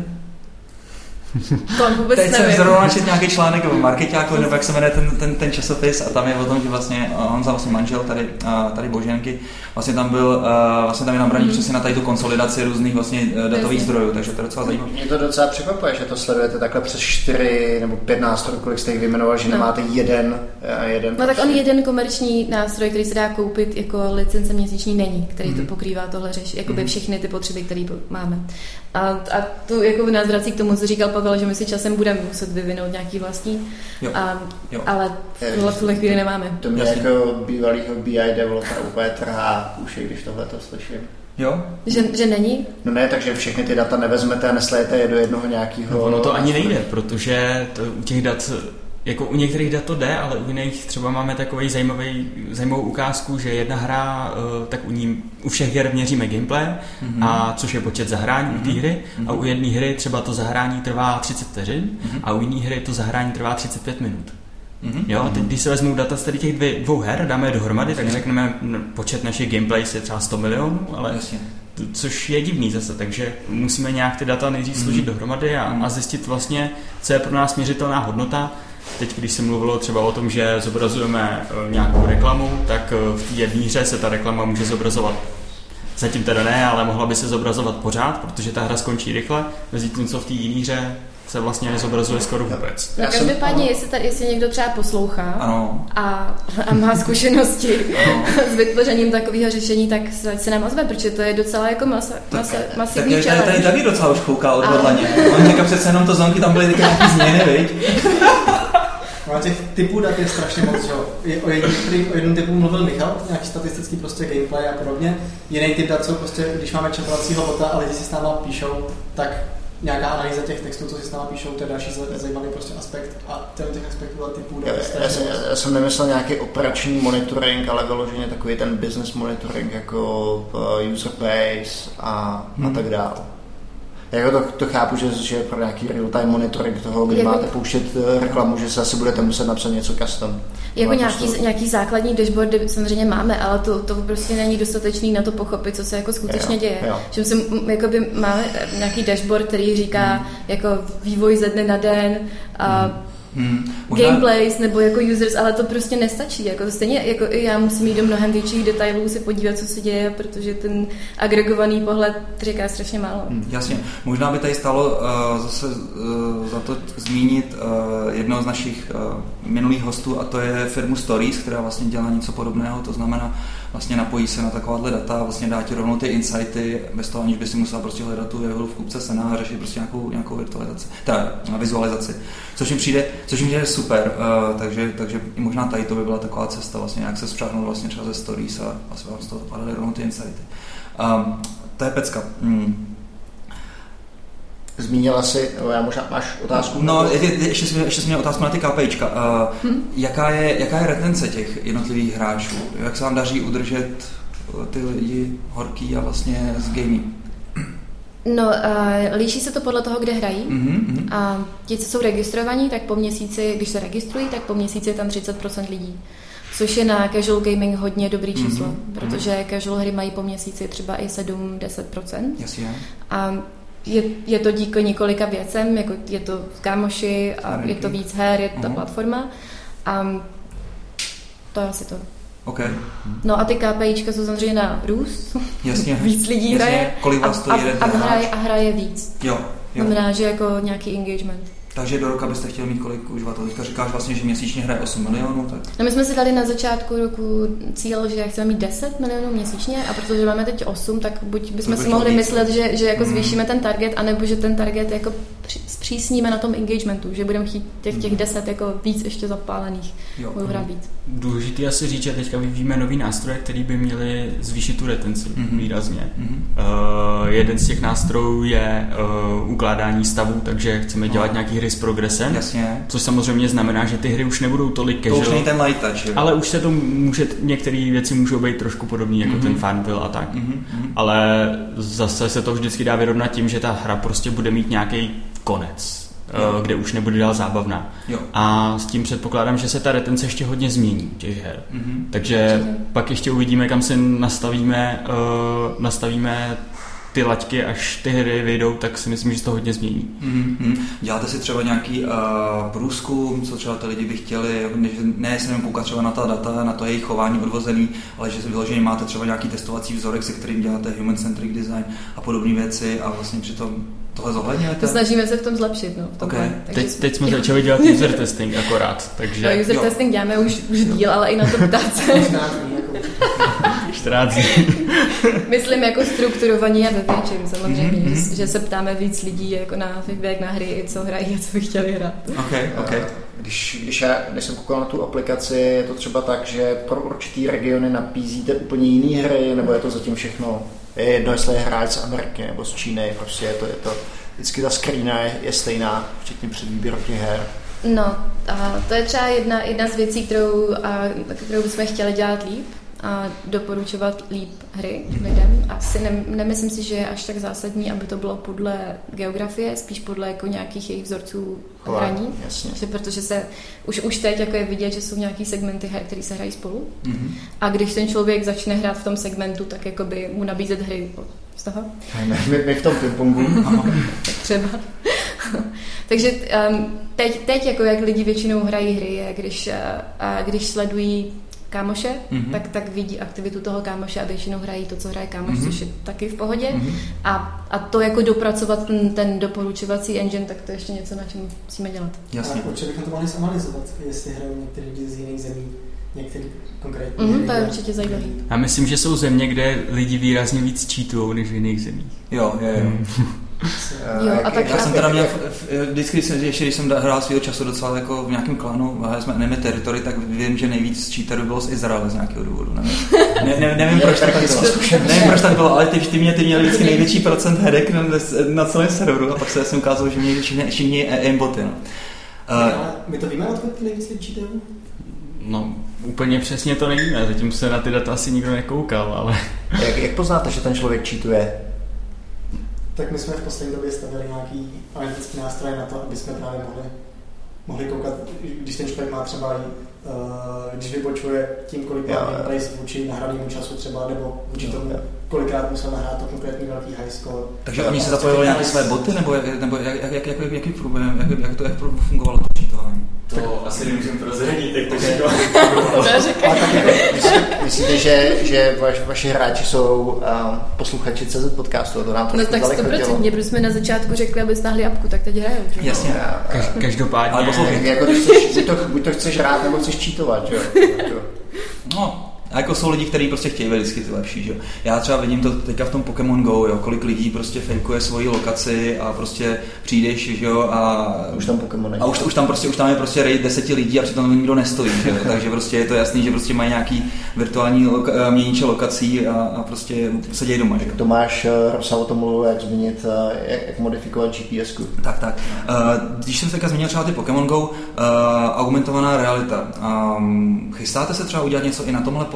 To vůbec teď nevím. jsem zrovna načet nějaký článek o marketáku, nebo jak se jmenuje ten, ten, ten časopis, a tam je o tom, že vlastně Honza, vlastně manžel tady, tady Boženky, vlastně tam byl, vlastně tam je nabraný mm. přesně na tady tu konsolidaci různých vlastně datových zdrojů, takže to je docela zajímavé. Mě to docela překvapuje, že to sledujete takhle přes čtyři nebo pět nástrojů, kolik jste jich vyjmenoval, že no. nemáte jeden, jeden. No tak on jeden komerční nástroj, který se dá koupit jako licence měsíční, není, který mm. to pokrývá tohle řeší, jakoby všechny ty potřeby, které máme. A, a tu jako nás vrací k tomu, co říkal Pavel, že my si časem budeme muset vyvinout nějaký vlastní, jo. A, jo. ale v tuhle chvíli nemáme. To mě jako bývalýho B I developera úplně trhá uši, když tohle to slyším. Jo? Že, že není? No ne, takže všechny ty data nevezmete a neslejete je do jednoho nějakého... No ono to ani nejde, protože to, u těch dat... Jako u některých dat to jde, ale u jiných třeba máme takový zajímavý, zajímavou ukázku, že jedna hra, tak u ní u všech her měříme gameplay, mm-hmm. a což je počet zahrání mm-hmm. u té hry, mm-hmm. a u jedné hry třeba to zahrání trvá třicet vteřin mm-hmm. a u jiné hry to zahrání trvá třicet pět minut. Mm-hmm. Jo, a teď, když se vezmou data z tady těch dvě, dvou her, dáme je dohromady, tak řekneme, počet našich gameplays je třeba sto milionů, ale Jasně. což je divný zase, takže musíme nějak ty data nejdřív mm-hmm. složit dohromady a, a zjistit vlastně, co je pro nás měřitelná hodnota. Teď, když se mluvilo třeba o tom, že zobrazujeme nějakou reklamu, tak v té jedné hře se ta reklama může zobrazovat. Zatím teda ne, ale mohla by se zobrazovat pořád, protože ta hra skončí rychle, mezi tím, co v té jiné hře se vlastně nezobrazuje skoro vůbec. No každopádně, jestli, tady, jestli někdo třeba poslouchá ano. A, a má zkušenosti s vytvořením takového řešení, tak se nám ozve, protože to je docela jako masa, masa, tak, masivní tak challenge. Tak tady taky docela už kouká odhodlaně. On říká přece jenom to zonky, tam byly taky nějaký změny, viď? No, těch typů dat je strašně moc, že jo. O jednom typu mluvil Michal, nějaký statistický prostě gameplay a podobně. Jiný typ dat jsou prostě, když máme chatovacího bota a lidi si s náma píšou, tak nějaká analýza těch textů, co si s náma píšou, to je další zajímavý prostě aspekt a ten těch aspektů a typů dat je strašně moc. Já jsem nemyslel nějaký operační monitoring, ale vyloženě takový ten business monitoring jako user base a, hmm. a tak dále. Jako to, to chápu, že, že pro nějaký real-time monitoring toho, kdy jako, máte pouštět reklamu, že se asi budete muset napsat něco custom. Jako nějaký, to... nějaký základní dashboardy samozřejmě máme, ale to, to prostě není dostatečný na to pochopit, co se jako skutečně jo, děje. Jo. Že si, jakoby, máme nějaký dashboard, který říká hmm. jako vývoj ze dne na den a hmm. Hmm. Možná... gameplays nebo jako users, ale to prostě nestačí. Jako to stejně jako já musím jít do mnohem větších detailů, si podívat, co se děje, protože ten agregovaný pohled říká strašně málo. Hmm, jasně. Možná by tady stalo uh, zase uh, za to zmínit uh, jednoho z našich uh, minulých hostů, a to je firmu Stories, která vlastně dělá něco podobného, to znamená vlastně napojí se na takováhle data a vlastně dá ti rovnou ty insighty, bez toho, aniž by si musel prostě hledat tu jehlu v kupce sena a řešit prostě nějakou, nějakou virtualizaci, teda vizualizaci. Což mi přijde, což mi přijde super, uh, takže, takže i možná tady to by byla taková cesta, vlastně nějak se spřáhnout vlastně třeba ze Stories a vlastně vám z toho padaly rovnou ty insighty. Um, to je pecka. Hmm. Zmínila si, já možná máš otázku? No, je, je, ještě jsi ještě měl otázku na ty KPIčka. Uh, hmm. jaká, je, jaká je retence těch jednotlivých hráčů? Jak se vám daří udržet ty lidi horký a vlastně z gaming? No, uh, líší se to podle toho, kde hrají. Mm-hmm. A ti, co jsou registrovaní, tak po měsíci, když se registrují, tak po měsíci je tam třicet procent lidí. což je na casual gaming hodně dobrý číslo, mm-hmm. protože casual hry mají po měsíci třeba i sedm až deset procent. Jasně. A je, je to díky několika věcem, jako je to kámoši a Ameriky. Je to víc her, je to ta uh-huh. platforma. A to je asi to. Okay. No a ty KPIčka jsou samozřejmě na růst. Jasně. Víc lidí Jasně. hraje. Kolik vás stojí jeden a, a, hraje, a hraje víc. Jo. jo. Znamená, že jako nějaký engagement. Takže do roka byste chtěli mít kolik uživatelů? Teďka říkáš vlastně, že měsíčně hraje osm milionů, tak? No my jsme si dali na začátku roku cíl, že chceme mít deset milionů měsíčně a protože máme teď osm, tak buď bychom si mohli myslet, že, že jako zvýšíme ten target, anebo že ten target jako zpřísníme na tom engagementu, že budeme chtít těch, těch deset jako víc ještě zapálených. Budou hrát víc. Důležitý asi říct, že teďka vyvíjíme nový nástroje, který by měli zvýšit tu retenci mm-hmm. výrazně. Mm-hmm. Uh, jeden z těch nástrojů je uh, ukládání stavů, takže chceme dělat no. nějaký hry s progresem. Jasně. Což samozřejmě znamená, že ty hry už nebudou tolik casual. To už není ten light touch. Jo? Ale už se to může, některé věci můžou být trošku podobné jako mm-hmm. ten Farmville a tak. Mm-hmm. Ale zase se to vždycky dá vyrovnat tím, že ta hra prostě bude mít nějaký konec, jo. kde už nebude dál zábavná. Jo. A s tím předpokládám, že se ta retence ještě hodně změní těch her. Mm-hmm. Takže Určitě. Pak ještě uvidíme, kam si nastavíme, uh, nastavíme ty laťky, až ty hry vyjdou, tak si myslím, že se to hodně změní. Mm-hmm. Děláte si třeba nějaký uh, průzkum, co třeba ty lidi by chtěli, ne jestli nevím koukat třeba na ta data, na to jejich chování odvozený, ale že si vyloženě máte třeba nějaký testovací vzorek, se kterým děláte human-centric design a podobné věci a vlastně přitom tohle zohledňujete? To snažíme se v tom zlepšit. No, v okay. Teď, teď jsme začali dělat user testing akorát. Takže... No, user jo. testing děláme už, už díl, ale i na to ptát se. čtrnáct dní. Myslím jako strukturovaní a ve větším samozřejmě, mm-hmm. že, že se ptáme víc lidí jako na feedback na hry, co hrají a co by chtěli hrát. Okay, okay. Když, když, já, když jsem koukal na tu aplikaci, je to třeba tak, že pro určitý regiony nabízíte úplně jiné hry, nebo je to zatím všechno? Je jedno, jestli je hráč z Ameriky nebo z Číny, prostě je to, je to vždycky ta screena je, je stejná, včetně předvýběru těch her. No, a to je třeba jedna, jedna z věcí, kterou, a, kterou bychom chtěli dělat líp a doporučovat líp hry lidem. Asi ne, nemyslím si, že je až tak zásadní, aby to bylo podle geografie, spíš podle jako nějakých jejich vzorců hraní. Jasně. Protože se už, už teď jako je vidět, že jsou nějaký segmenty her, které se hrají spolu. Mm-hmm. A když ten člověk začne hrát v tom segmentu, tak jakoby mu nabízet hry z toho. My, my v tom ping-pongu. Tak třeba. Takže um, teď, teď jako jak lidi většinou hrají hry, je, když, uh, když sledují kámoše, mm-hmm. tak, tak vidí aktivitu toho kámoše a většinou hrají to, co hraje kámoš, mm-hmm. což je taky v pohodě. Mm-hmm. A, a to jako dopracovat ten, ten doporučovací engine, tak to je ještě něco, na čem musíme dělat. Jasně. Určitě bychom to mohli zanalizovat, jestli hrajou některé lidi z jiných zemí, některé konkrétní. Mm-hmm, to je určitě zajímavé. Já myslím, že jsou země, kde lidi výrazně víc cheatujou než v jiných zemích. Jo, jo, jo. Mm. Jo, a tak já jsem teda měl, vždycky, ještě když jsem hrál svýho času docela jako v nějakém klanu, a jsme Enemy Territory, tak vím, že nejvíc cheaterů bylo z Izraele z nějakého důvodu. Nevím, ne, ne, nevím proč tak bylo. Nevím, proč tak bylo, ale ty, ty, mě, ty měli vždycky největší procent herek na, na celém serveru a pak se jsem ukázal, že mě všichni, všichni aimboty. No. Uh, my to víme, odkud ty nejvíc lidí cheaterů? No, úplně přesně to nevíme, zatím se na ty data asi nikdo nekoukal, ale... Jak, jak poznáte, že ten člověk cheatuje? Tak my jsme v poslední době stavili nějaký analytický nástroj na to, aby jsme právě mohli, mohli koukat, když ten člověk má třeba, uh, když vypočuje tím, kolik má gameplay vůči nahranému času třeba, nebo vůči tomu, kolikrát musel nahrát to konkrétní velký high score. Takže oni se zapojili nějaké své boty, nebo, nebo jak, jak, jak, jak, jaký problém, jak, jak to jak fungovalo to cheatování? To asi nemůžeme prozradit, jak to Myslíte, že, že vaš, vaši hráči jsou um, posluchači C Z podcastu? To nám no tak sto procent, protože jsme na začátku řekli, aby stáhli apku, tak teď hrajou. Že? Jasně. Kaž, každopádně. Ale poslouchej, jako když chceš, buď, to, buď to chceš hrát, nebo chceš cheatovat, že jo? No. A jako jsou lidi, kteří prostě chtějí vždycky ty lepší, že? Já třeba vidím to teďka v tom Pokémon Go, jo, kolik lidí prostě fejkuje svoji lokaci a prostě přijdeš, že jo, a už tam Pokémon a už, už tam prostě už tam je prostě raid deseti lidí a přitom nikdo nestojí, že jo? Takže prostě je to jasný, že prostě mají nějaký virtuální loka, měníče lokací a, a prostě sedějí doma, že jo? Tomáš Rosa o tom mluvil, jak změnit, jak, jak modifikovat G P S ku. Tak, tak. Když jsem teďka zmínil třeba ty Pokémon Go, augmentovaná realita. Chystáte se třeba udělat něco i na tomhle poli?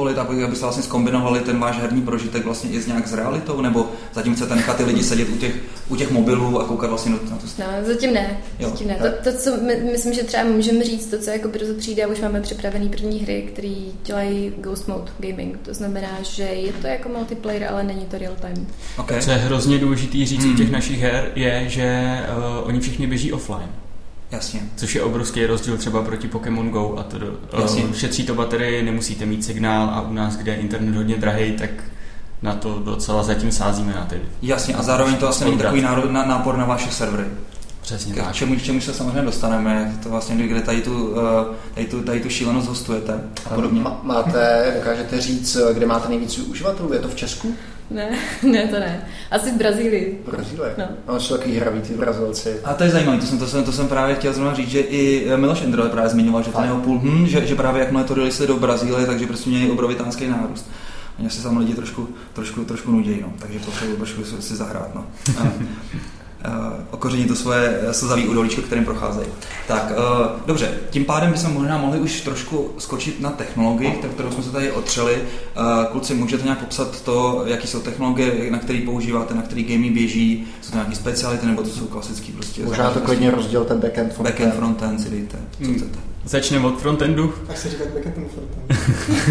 dovolit, aby, aby se vlastně zkombinovali ten váš herní prožitek vlastně i s nějak s realitou, nebo zatím chcete nechat ty lidi sedět u těch, u těch mobilů a koukat vlastně na to? No, zatím ne. Jo. Zatím ne. To, to, co my, myslím, že třeba můžeme říct, to, co jako brzo přijde, už máme připravený první hry, které dělají Ghost Mode Gaming. To znamená, že je to jako multiplayer, ale není to real time. Okay. Co je hrozně důležitý říct hmm. u těch našich her, je, že uh, oni všichni běží offline. Jasně. Což je obrovský rozdíl třeba proti Pokémon Go a to uh, šetří to baterii, nemusíte mít signál a u nás, kde je internet hodně drahý, tak na to docela zatím sázíme na ty. Jasně, a zároveň to vlastně není takový nápor na vaše servery. Přesně K tak. Čemu, čemu se samozřejmě dostaneme, to vlastně, kde tady tu, tady tu, tady tu šílenost hostujete a podobně. Máte, dokážete říct, kde máte nejvíc uživatelů? Je to v Česku? Ne, ne, to ne. Asi v Brazílii. V Brazílii? No. No, jsou takový hraví ty Brazilci. A to je zajímavé, to jsem, to, jsem, to jsem právě chtěl zrovna říct, že i Miloš Endrle právě zmiňoval, že ten jeho půl, hm, že, že právě jakmile to release do Brazílie, takže prostě měli obrovitánský nárůst. Oni se tam lidi trošku, trošku, trošku nudějí, no, takže potřebuji trošku si zahrát. No. Okořenit to svoje slzavý údolíčko, kterým procházejí. Tak, uh, dobře, tím pádem bychom možná mohli už trošku skočit na technologii, kterou jsme se tady otřeli. Uh, kluci, můžete nějak popsat to, jaký jsou technologie, na které používáte, na které gamey běží, jsou to nějaké speciality, nebo to jsou klasický prostě... Možná to klidně rozděl ten backend frontend. Backend frontend si dejte, co hmm. chcete. Začneme od frontendu. Tak se říkat backend frontend.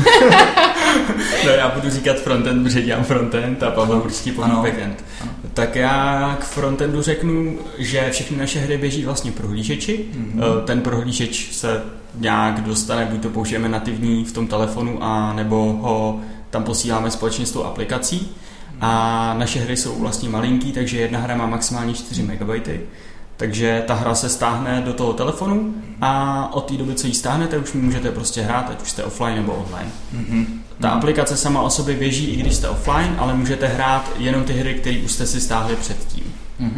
No, já budu říkat frontend, protože dělám frontend a Pavel určitě povím backend. Ano. Tak já k frontendu řeknu, že všechny naše hry běží vlastně prohlížeči. Mm-hmm. Ten prohlížeč se nějak dostane, buď to použijeme nativní v tom telefonu, a nebo ho tam posíláme společně s tou aplikací. A naše hry jsou vlastně malinký, takže jedna hra má maximálně čtyři megabajty. Takže ta hra se stáhne do toho telefonu a od té doby, co ji stáhnete, už můžete prostě hrát, ať už jste offline nebo online. Mm-hmm. Ta mm-hmm. aplikace sama o sobě běží, i když jste offline, ale můžete hrát jenom ty hry, které už jste si stáhli předtím. Mm-hmm.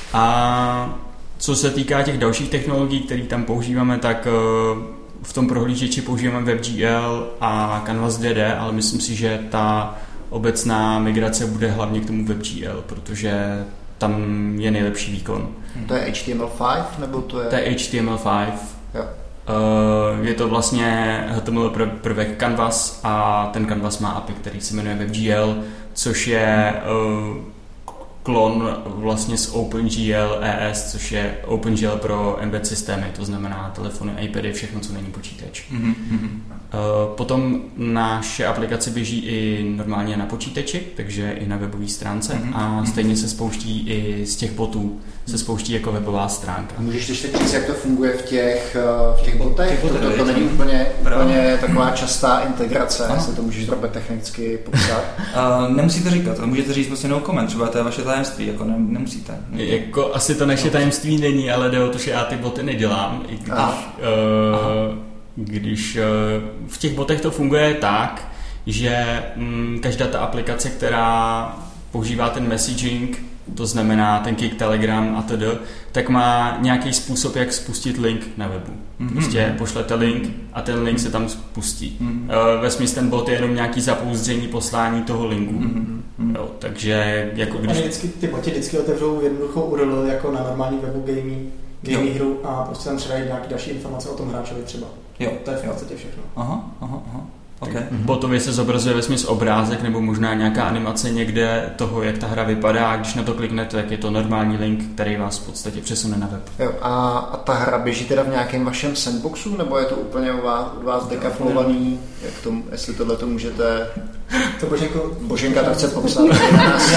A co se týká těch dalších technologií, které tam používáme, tak v tom prohlížeči používáme WebGL a Canvas D D, ale myslím si, že ta obecná migrace bude hlavně k tomu WebGL, protože tam je nejlepší výkon. To je H T M L pět nebo to je... To je H T M L pět. Jo. Uh, je to vlastně H T M L prvek Canvas a ten Canvas má A P I, který se jmenuje WebGL, což je uh, klon vlastně z OpenGL E S, což je OpenGL pro embed systémy, to znamená telefony, iPady, všechno, co není počítač. Mm-hmm. Uh, potom naše aplikace běží i normálně na počítači, takže i na webové stránce mm-hmm. a stejně se spouští i z těch botů, se spouští jako webová stránka. Můžeš ještě říct, jak to funguje v těch, v těch botech? To, to, to není úplně, úplně taková častá integrace, ano. Jestli to můžeš trochu technicky popsat. Uh, nemusíte říkat, můžete říct prostě no comment, třeba to je vaše tajemství, jako ne, nemusíte. Jako asi to naše tajemství není, ale jde o to, že já ty boty nedělám, i když, uh, když uh, v těch botech to funguje tak, že um, každá ta aplikace, která používá ten messaging, to znamená ten Kik, Telegram a td., tak má nějaký způsob, jak spustit link na webu. Mm-hmm. Prostě pošlete link a ten link se tam spustí. Mm-hmm. Vesměs ten bot je jenom nějaký zapouzdření poslání toho linku. Mm-hmm. Jo, takže jako když... Vždycky, ty boty vždycky otevřou jednoduchou U R L jako na normální webu gamey, gamey hru a prostě tam předají nějaké další informace o tom hráčovi třeba. Jo. To je v podstatě všechno. Aha, aha, aha. Okay. Botově se zobrazuje vesměs obrázek nebo možná nějaká animace někde toho, jak ta hra vypadá, a když na to kliknete, tak je to normální link, který vás v podstatě přesune na web. Jo, a, a ta hra běží teda v nějakém vašem sandboxu, nebo je to úplně u vás, u vás dekaflovaný? Jak to, jestli tohle to můžete... To Boženko... Boženka to chce popsat. Nás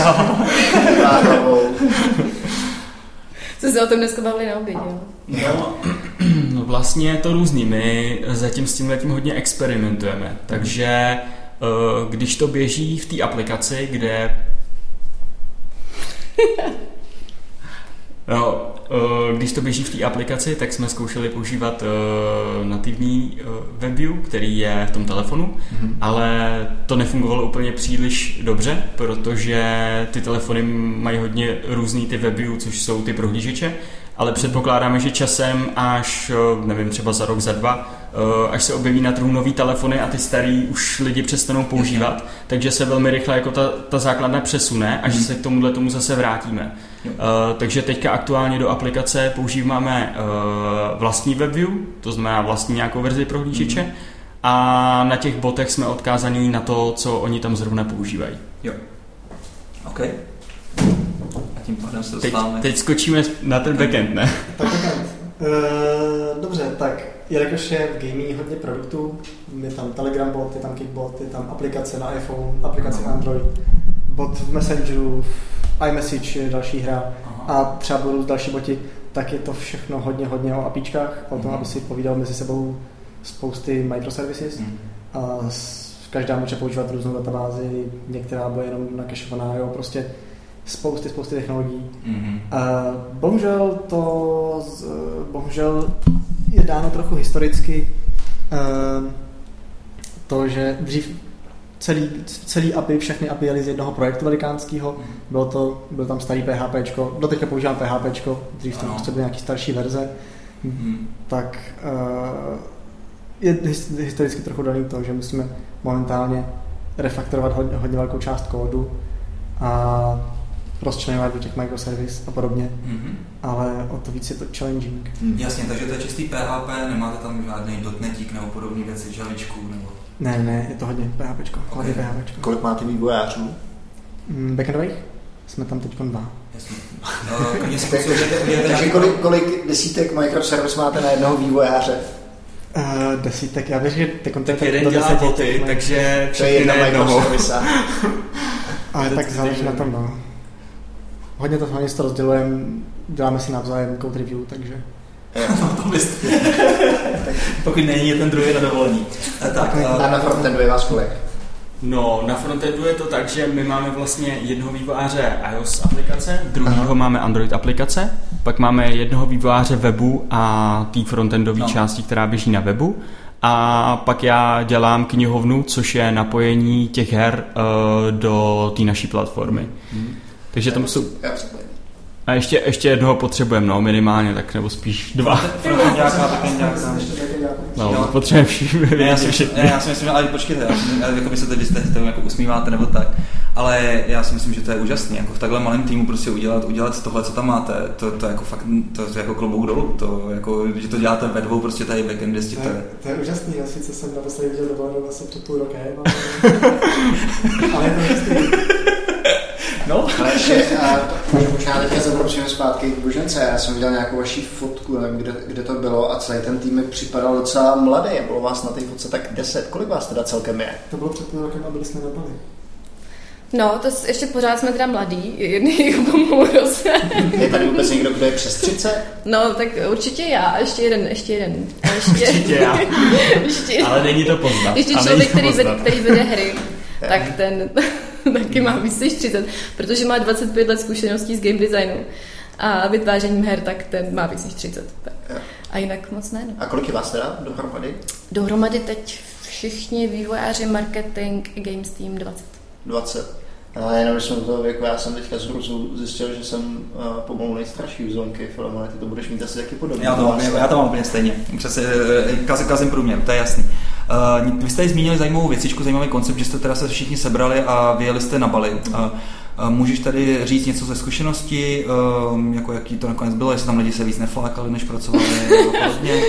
Co se o tom dneska bavili na obědě, jo? No, no vlastně je to různý. My zatím s tímhletím hodně experimentujeme. Takže když to běží v té aplikaci, kde... No, když to běží v té aplikaci, tak jsme zkoušeli používat nativní WebView, který je v tom telefonu, mm-hmm. ale to nefungovalo úplně příliš dobře, protože ty telefony mají hodně různý ty WebView, což jsou ty prohlížeče, ale předpokládáme, že časem až, nevím, třeba za rok, za dva, až se objeví na trhu nový telefony a ty starý už lidi přestanou používat, takže se velmi rychle jako ta, ta základna přesune, až se k tomuhle tomu zase vrátíme. Uh, takže teďka aktuálně do aplikace používáme uh, vlastní WebView, to znamená vlastní nějakou verzi prohlížeče, a na těch botech jsme odkázaní na to, co oni tam zrovna používají. Jo. OK. A tím pádem se teď, dostáváme. teď skočíme na ten backend, ne? Tak backend. Uh, dobře, tak jelikož je v gaming hodně produktů, je tam Telegram bot, je tam Kickbot, je tam aplikace na iPhone, aplikace na Android, bot v Messengeru, iMessage je další hra a třeba budou další boti, tak je to všechno hodně, hodně o apíčkách, o tom, mm. aby si povídal mezi sebou spousty microservices. Mm. A každá může používat různou databázi, některá bude jenom nakešovaná, jo, prostě spousty, spousty technologií. Mm-hmm. Uh, bohužel to, bohužel je dáno trochu historicky uh, to, že dřív celý, celý A P I, všechny A P I jeli z jednoho projektu velikánského, mm-hmm. bylo to, byl tam starý PHPčko, doteďka používám PHPčko, dřív tam prostě byly nějaký starší verze, mm-hmm. tak uh, je historicky trochu daný to, že musíme momentálně refaktorovat hodně, hodně velkou část kódu a rozčlenovat do těch microservice a podobně, mm-hmm. ale o to víc je to challenging. Jasně, takže to je čistý P H P, nemáte tam žádný dotnetík nebo podobné věci, Javičku nebo... Ne, ne, je to hodně PHPčko, hodně okay. PHPčko. Kolik máte vývojářů? Mm, backendových? Jsme tam teď dva. Jasně. Takže kolik, kolik desítek microservice máte na jednoho vývojáře? Uh, desítek, já věřím, že ty kontenty jeden dělá boty, takže všechny na jednoho. Ale tak záleží na tom, no. Hodně to hlavně to rozdělujeme, děláme si navzájem code review, takže... No, to byste. Pokud není, je ten druhý na dovolení. Tak, a na frontendu je vás kolik? No, na frontendu je to tak, že my máme vlastně jednoho vývojáře iOS aplikace, druhýho máme Android aplikace, pak máme jednoho vývojáře webu a té frontendové no. části, která běží na webu. A pak já dělám knihovnu, což je napojení těch her uh, do té naší platformy. Hmm. Takže tam jsou... A ještě, ještě jednoho potřebujeme, no, minimálně, tak nebo spíš dva. Frontendáka, backendák. No, no. potřebujeme všichni. Ne, já si myslím, já si myslím, ale počkejte, jako by se teď jste jako usmíváte nebo tak. Ale já si myslím, že to je úžasný, jako v takhle malém týmu prostě udělat, udělat tohle, co tam máte, to, to jako fakt, to je jako klobouk dolů, to jako, že to děláte ve dvou, prostě tady backendist, to je... To je úžasný, já sice jsem naposledy viděl dovolenou asi před půl rokem, ale, ale je to úžasný. No, ale ještě, možná teďka zabrosíme zpátky k Božence, já jsem viděl nějakou vaši fotku, kde, kde to bylo a celý ten tým mi připadal docela mladý, bylo vás na té fotce tak deset, kolik vás teda celkem je? To bylo před půl rokem a byli jsme na Bali. No, to ještě pořád jsme teda mladí, jedný po roce. Je tady vůbec někdo, kdo je přes třicet? No, tak určitě já, a ještě jeden, ještě jeden. A ještě, určitě já, ještě, ale není to poznat. Ještě člověk, který, ved, který vede hry, tak ten taky má víc než třicet, protože má dvacet pět let zkušeností z game designu a vytvářením her, tak ten má víc než třicet. A jinak moc ne. No. A kolik je vás teda dohromady? Dohromady teď všichni vývojáři, marketing, games team dvacet. dvacet. A jenom když jsme do toho věku, já jsem teďka z hruzu zjistil, že jsem uh, pomalu nejstarší v Zonky, Filemone, ty to budeš mít asi taky podobně. Já to mám, já to mám úplně stejně, přesně kazím, kazím průměr, to je jasný. Uh, vy jste zmínili zajímavou věcičku, zajímavý koncept, že jste teda se všichni sebrali a vyjeli jste na Bali. Uh, uh, můžeš tady říct něco ze zkušenosti, uh, jako jaký to nakonec bylo, jestli tam lidi se víc neflákali, než pracovali a podobně?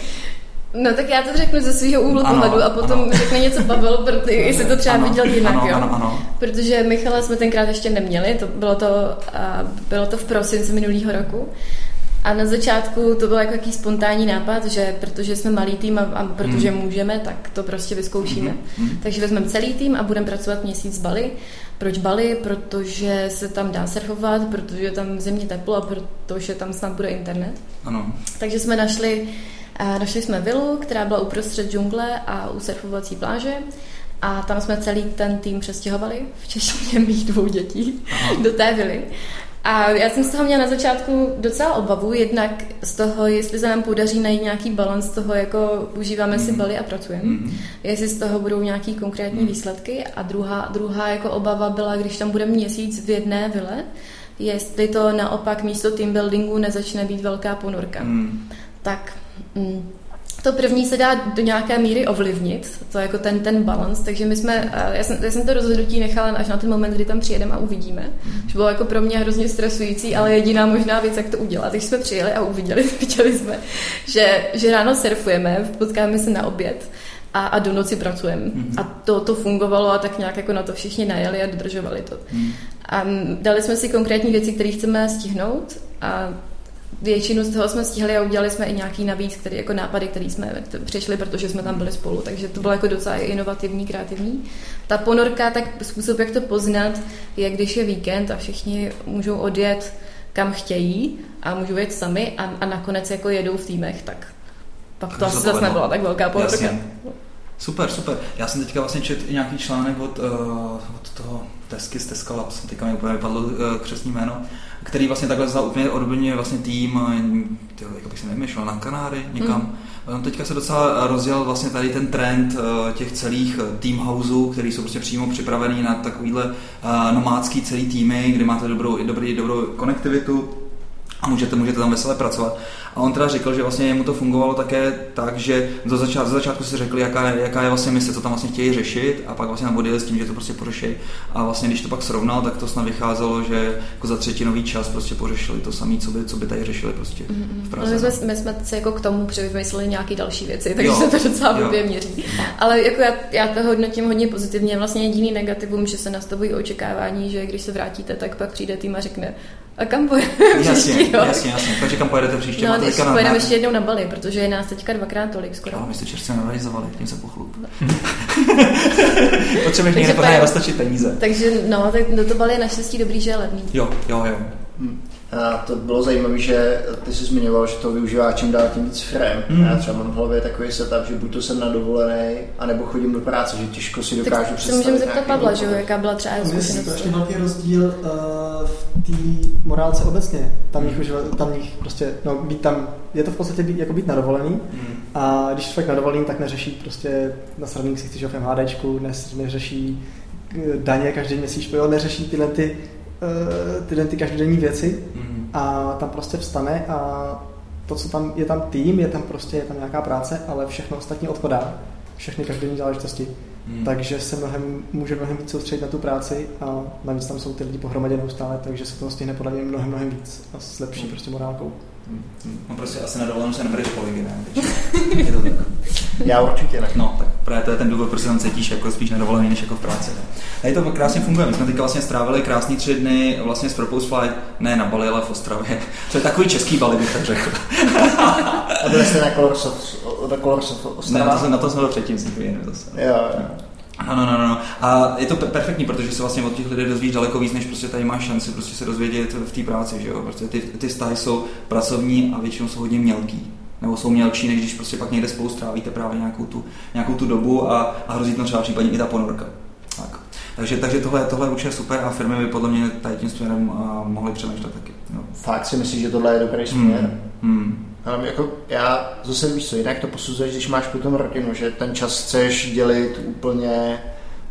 No tak já to řeknu ze svého úhlu pohledu a potom ano. řekne něco Pavel, protože jestli to třeba ano, viděl jinak, ano, jo. Ano, ano. Protože Michala jsme tenkrát ještě neměli, to bylo to, bylo to v prosinci minulého roku. A na začátku to byl jako jaký spontánní nápad, že protože jsme malý tým a, a protože mm. můžeme, tak to prostě vyzkoušíme. Mm. Takže vezmeme celý tým a budeme pracovat měsíc v Bali. Proč Bali? Protože se tam dá surfovat, protože je tam v zimě teplo a protože tam snad bude internet. Ano. Takže jsme našli A našli jsme vilu, která byla uprostřed džungle a u surfovací pláže a tam jsme celý ten tým přestěhovali, včetně mých dvou dětí, Aha. do té vily. A já jsem z toho měla na začátku docela obavu, jednak z toho, jestli se nám podaří najít nějaký balans toho, jako užíváme mm. si Bali a pracujeme, mm. jestli z toho budou nějaký konkrétní mm. výsledky. A druhá, druhá jako obava byla, když tam budeme měsíc v jedné vile, jestli to naopak místo team buildingu nezačne být velká ponorka. Mm. Tak mm, to první se dá do nějaké míry ovlivnit, to jako ten, ten balans, takže my jsme, já jsem, já jsem to rozhodnutí nechala až na ten moment, kdy tam přijedeme a uvidíme, že bylo jako pro mě hrozně stresující, ale jediná možná věc, jak to udělat. Takže jsme přijeli a uviděli, viděli jsme, že, že ráno surfujeme, potkáme se na oběd a, a do noci pracujeme. Mm-hmm. A to, to fungovalo a tak nějak jako na to všichni najeli a dodržovali to. Mm. A dali jsme si konkrétní věci, které chceme stihnout a většinu z toho jsme stihli a udělali jsme i nějaký navíc, který, jako nápady, které jsme přišli, protože jsme tam byli spolu, takže to bylo jako docela inovativní, kreativní. Ta ponorka, tak způsob, jak to poznat, je, když je víkend a všichni můžou odjet kam chtějí a můžou jet sami a, a nakonec jako jedou v týmech, tak pak to asi zase nebyla tak velká ponorka. Jasně. Super, super. Já jsem teďka vlastně četl i nějaký článek od, uh, od toho Tesky z Teska Labs, teďka mi úplně vypadlo uh, křestní jméno, který vlastně takhle vzal úplně odborně vlastně tým, tyjo, jako bych si nevymýšlel, na Kanáry někam. Mm. Teďka se docela rozjel vlastně tady ten trend uh, těch celých team houseů, který jsou prostě přímo připravený na takovýhle uh, nomádský celý týmy, kde máte dobrou, dobrý, dobrou konektivitu a můžete, můžete tam veselé pracovat. A on teda řekl, že vlastně jemu to fungovalo také tak, že do začátku, do začátku si řekli, jaká je, jaká je vlastně mise, co tam vlastně chtějí řešit a pak vlastně tam odjeli s tím, že to prostě pořeší. A vlastně když to pak srovnal, tak to snad vycházelo, že jako za třetinový čas prostě pořešili to samé, co by, co by tady řešili prostě v Praze. No, my, jsme, my jsme se jako k tomu přivymysleli nějaké další věci, takže se to docela blbě měří. Ale jako já, já to hodnotím hodně pozitivně. Vlastně jediný negativum, že se nastavují očekávání, že když se vrátíte, tak pak přijde tým a řekne, a kam pojedeme jasně, příští rok? Jasně, jasně. Takže kam pojedete příště? No, teď pojedeme ještě jednou na Bali, protože je nás teďka dvakrát tolik skoro. Ale my jste čerstvě nerealizovali, tím se pochlup. Potřebuješ někde pořádně roztočit peníze. Takže no, tak do to Bali je naštěstí dobrý, že je levný. Jo, jo, jo. Hmm. A to bylo zajímavé, že ty jsi zmiňoval, že to využívá čím dál tím víc firem. Mm. Já třeba mám v hlavě takový setup, že buď to jsem na dovolený, anebo chodím do práce, že těžko si dokážu tak představit. Tak se můžeme zeptat Pavla, že jo, jaká byla třeba zkušenost. Je strašně velký rozdíl uh, v té morálce obecně. Tam jich, už, tam jich prostě, no být tam, je to v podstatě být, jako být na dovolený. Mm. A když člověk na dovolený, tak neřeší prostě na sravník si chceš v MHDčku, ne, neřeší daně každý měsíc, jo, neřeší tyhle ty tyhle ty každodenní věci mm. a tam prostě vstane a to, co tam je tam tým, je tam prostě je tam nějaká práce, ale všechno ostatní odpadá, všechny každodenní záležitosti. Mm. Takže se mnohem, může mnohem víc soustředit na tu práci a navíc tam jsou ty lidi pohromadě neustále, takže se toho stihne podle mě mnohem, mnohem víc a s lepší mm. prostě morálkou. Mm. No prostě asi na dovolenou se nebereš kolegy, ne? Je to tak. Já určitě ne. No, tak právě to je ten důvod, proč se tam cítíš jako spíš na dovolený, než jako v práci. Ne? Tady to krásně funguje. My jsme teďka vlastně strávili krásný tři dny vlastně s Propose Flight, ne na Bali, ale v Ostravě. To je takový český Bali, bych tak řekl. A byli jste na Colors of Ostrava? Ne, na to, na to jsme byl předtím, jsem to jiný zase. Jo, jo. No, no, no, no. A je to perfektní, protože se vlastně od těch lidí dozvíš daleko víc, než prostě tady máš šanci prostě se dozvědět v té práci, že jo. Prostě ty, ty vztahy jsou pracovní a většinou jsou hodně mělký. Nebo jsou mělčí, než když prostě pak někde spolu strávíte právě nějakou tu, nějakou tu dobu a, a hrozí tam třeba případně i ta ponorka. Tak. Takže, takže tohle, tohle je určitě super a firmy by podle mě tady tím směrem uh, mohly přemýšlet taky. No. Fakt si myslíš, že tohle je dobrý směr? Hmm. Hmm. Ale jako já zase víš co, jinak to posuzuješ, když máš potom rodinu, že ten čas chceš dělit úplně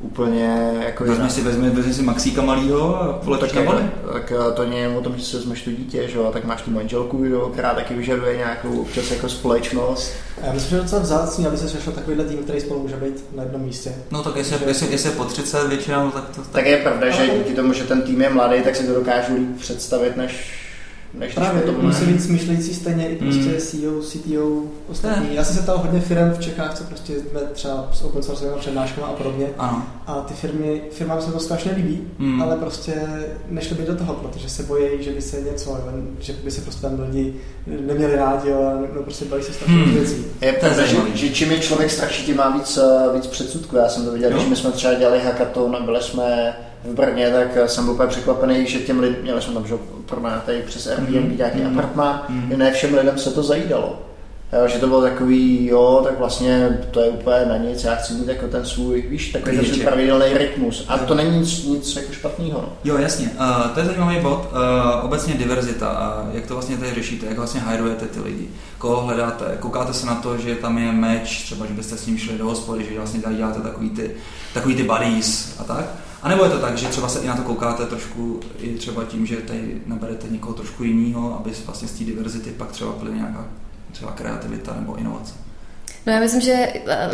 úplně jako vezmi si, vezmi, vezmi si Maxíka malýho a poletíš na Bali. Tak to nie je o tom, že si vezmeš to dítě, že? A tak máš tu manželku, jo, která taky vyžaduje nějakou občas jako společnost. A já myslím, že je docela vzácný, aby se šel takovýhle tým, který spolu může být na jednom místě. No tak jestli, jestli, jestli je po třicet většinou, tak to... Tak, tak je pravda, že díky tomu, že ten tým je mladý, tak si to dokážu líp představit, než než právě, to musí být smýšlející stejně i prostě mm. C E O, C T O, ostatní. Já jsem se ptal hodně firm v Čechách, co prostě jsme třeba s open source přednáškama a podobně. Ano. A ty firmy, firmám se to strašně líbí, mm. ale prostě nešli by do toho, protože se bojí, že by se něco, že by se prostě tam lidi neměli rádi, ale no prostě baví se strašně mm. věcí. Je pravda, že, že čím je člověk starší, tím má víc, víc předsudků. Já jsem to viděl, když my jsme třeba dělali hackathon a byli jsme v Brně, tak jsem byl úplně překvapený, že těm lidem, měli jsme tam že pronátej přes Airbnb nějaký mm. apartmán, mm. ne všem lidem se to zajídalo. Jo, že to bylo takový, jo, tak vlastně to je úplně na nic, já chci mít jako ten svůj, víš, takový ten pravidelný rytmus. A to není nic, nic jako špatného. No. Jo, jasně, uh, to je zajímavý bod, uh, obecně diverzita, a jak to vlastně tady řešíte, jak vlastně hajrujete ty lidi, koho hledáte, koukáte se na to, že tam je match, třeba, že byste s ním šli do hospody, že vlastně tady děláte takový ty, takový ty buddies a tak. A nebo je to tak, že třeba se i na to koukáte trošku i třeba tím, že tady naberete někoho trošku jiného, aby vlastně z té diverzity pak třeba plyne nějaká třeba kreativita nebo inovace? No já myslím, že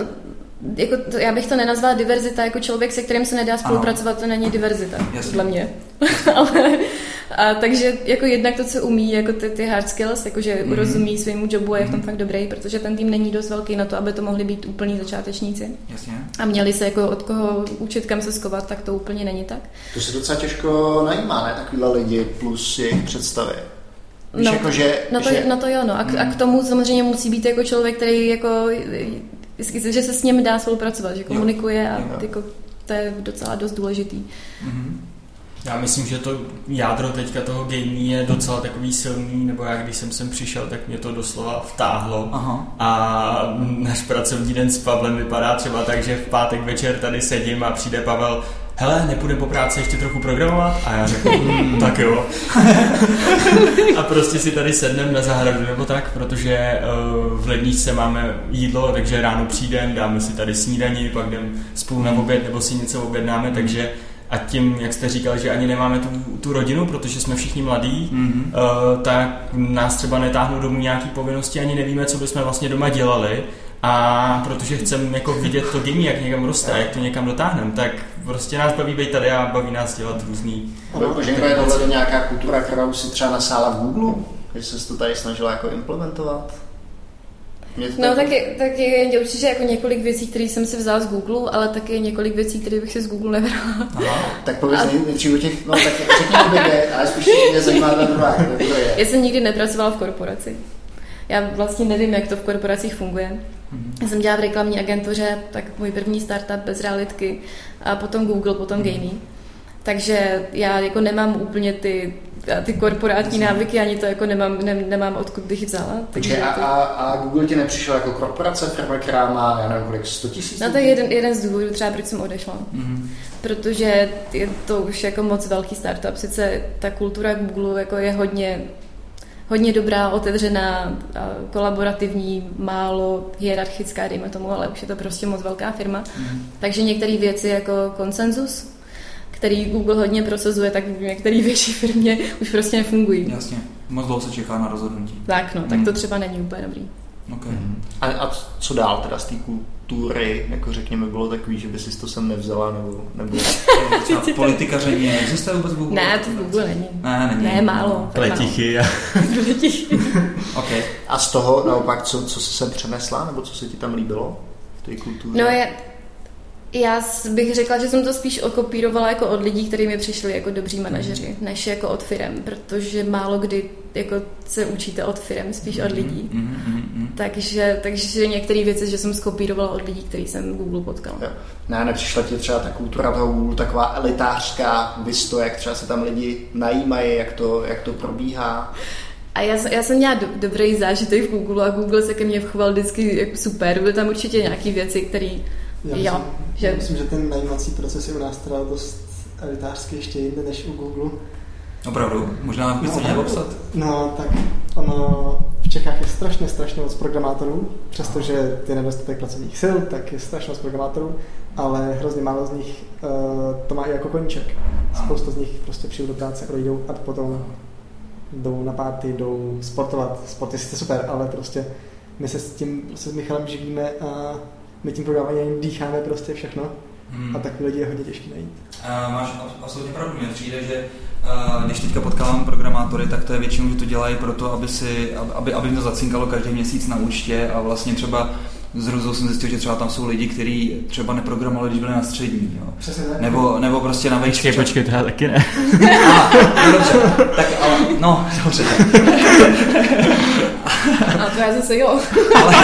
jako to, já bych to nenazvala diverzita, jako člověk, se kterým se nedá spolupracovat, to není diverzita, podle mě. ale, A takže jako jednak to, co umí, jako ty, ty hard skills, jakože mm. rozumí svému jobu a je v tom fakt dobrý, protože ten tým není dost velký na to, aby to mohli být úplní začátečníci. Jasně. A měli se jako od koho učit, kam se skovat, tak to úplně není tak. To se docela těžko najímá, ne? Takovýhle lidi plus jejich představy. Víš, no, jako, že, no, to, že... no to jo, no. A k, a k tomu samozřejmě musí být jako člověk, který jako, že se s ním dá spolupracovat, že komunikuje a jako, to je docela dost důležitý. Mm-hmm. Já myslím, že to jádro teďka toho gamí je docela takový silný, nebo já když jsem sem přišel, tak mě to doslova vtáhlo. Aha. A náš pracovní den s Pavlem vypadá třeba tak, že v pátek večer tady sedím a přijde Pavel: hele, nepůjdem po práci ještě trochu programovat? A já řeknu, mm, tak jo. A prostě si tady sedneme na zahradu nebo tak, protože uh, v ledničce máme jídlo, takže ráno přijdem, dáme si tady snídani, pak jdem spolu na oběd nebo si něco objednáme, takže a tím, jak jste říkal, že ani nemáme tu, tu rodinu, protože jsme všichni mladí, mm-hmm. uh, tak nás třeba netáhnou domů nějaký povinnosti, ani nevíme, co bychom vlastně doma dělali. A protože chceme jako vidět to gaming, jak někam roste, jak to někam dotáhneme, tak prostě nás baví být tady a baví nás dělat různý. Boženko, je tohle nějaká kultura, kterou si třeba nasála v Google? Že jsi to tady snažila jako implementovat? No tak je, tak je určitě jako několik věcí, které jsem si vzala z Google, ale taky několik věcí, které bych si z Google nebrala. Aha, tak pověz a... nejdřív o těch, no tak řekni obě, ale spíš mě zajímá ta druhá, kdo to je. Já jsem nikdy nepracovala v korporaci. Já vlastně nevím, jak to v korporacích funguje. Mm-hmm. Já jsem dělala v reklamní agentuře, tak můj první startup bez realitky a potom Google, potom mm-hmm. Gamey. Takže já jako nemám úplně ty, ty korporátní návyky, ani to jako nemám, ne, nemám odkud bych vzala. Takže a, a, a Google ti nepřišel jako korporace, firma, která má, já nevím, kolik, sto tisíc? No to je jeden, jeden z důvodů třeba, proč jsem odešla. Mm-hmm. Protože je to už jako moc velký startup. Sice ta kultura Google jako je hodně hodně dobrá, otevřená, kolaborativní, málo hierarchická, dejme tomu, ale už je to prostě moc velká firma. Mm. Takže některé věci jako konsenzus, který Google hodně prosazuje, tak v některé větší firmě už prostě nefungují. Jasně, moc dlouho se čeká na rozhodnutí. Tak no, mm. tak to třeba není úplně dobrý. Okay. Mm. A, a co dál teda z té kultury, jako řekněme, bylo takový, že by si to sem nevzala, nebo... nebo třeba politikaření, existuje vůbec Google? Ne, to v Google není. Ne, není. Ne, málo. Pletichy. Pletichy. Okay. A z toho naopak, co, co jsi sem přenesla, nebo co se ti tam líbilo v té kultuře? No je... Já bych řekla, že jsem to spíš okopírovala jako od lidí, kteří mi přišli jako dobří manažeři, než jako od firem, protože málo kdy jako se učíte od firem, spíš od lidí. Mm, mm, mm. Takže, takže některé věci, že jsem skopírovala od lidí, který jsem Google potkala. Jo. Ne, nepřišla ti třeba ta kultura toho Google taková elitářská, visto, jak třeba se tam lidi najímají, jak to, jak to probíhá? A já, já jsem měla do, dobrý zážitek v Google a Google se ke mně vchoval vždycky jako super. Byly tam určitě nějaké věci, které... Já myslím, jo, že... Já myslím, že ten najímací proces je u nás teda dost elitářský ještě jinde než u Google. Opravdu? Možná byste měli obsat? No, tak ono v Čechách je strašně, strašně moc programátorů, přestože ty nedostatek pracovních sil, tak je strašně moc programátorů, ale hrozně málo z nich uh, to má i jako koníček. Spousta z nich prostě přijdu do práce, odejdou a potom jdou na party, jdou sportovat. Sport je sice super, ale prostě my se s tím prostě s Michalem živíme a my tím programováním dýcháme prostě všechno hmm. a takový lidi je hodně těžký najít. Uh, máš absolutně pravdu, mně přijde, že uh, když teďka potkávám programátory, tak to je většinou, že to dělají proto, aby, si, aby, aby jim to zacinkalo každý měsíc na účtě a vlastně třeba z hrůzou jsem zjistil, že třeba tam jsou lidi, kteří třeba neprogramovali, když byli na střední. Jo. Přesně tak. Nebo, nebo prostě na vejšce. Počkej, počkej, to já taky ne. Aha, no dobře, tak ale, no, dobře. A to já zase jo. Ale,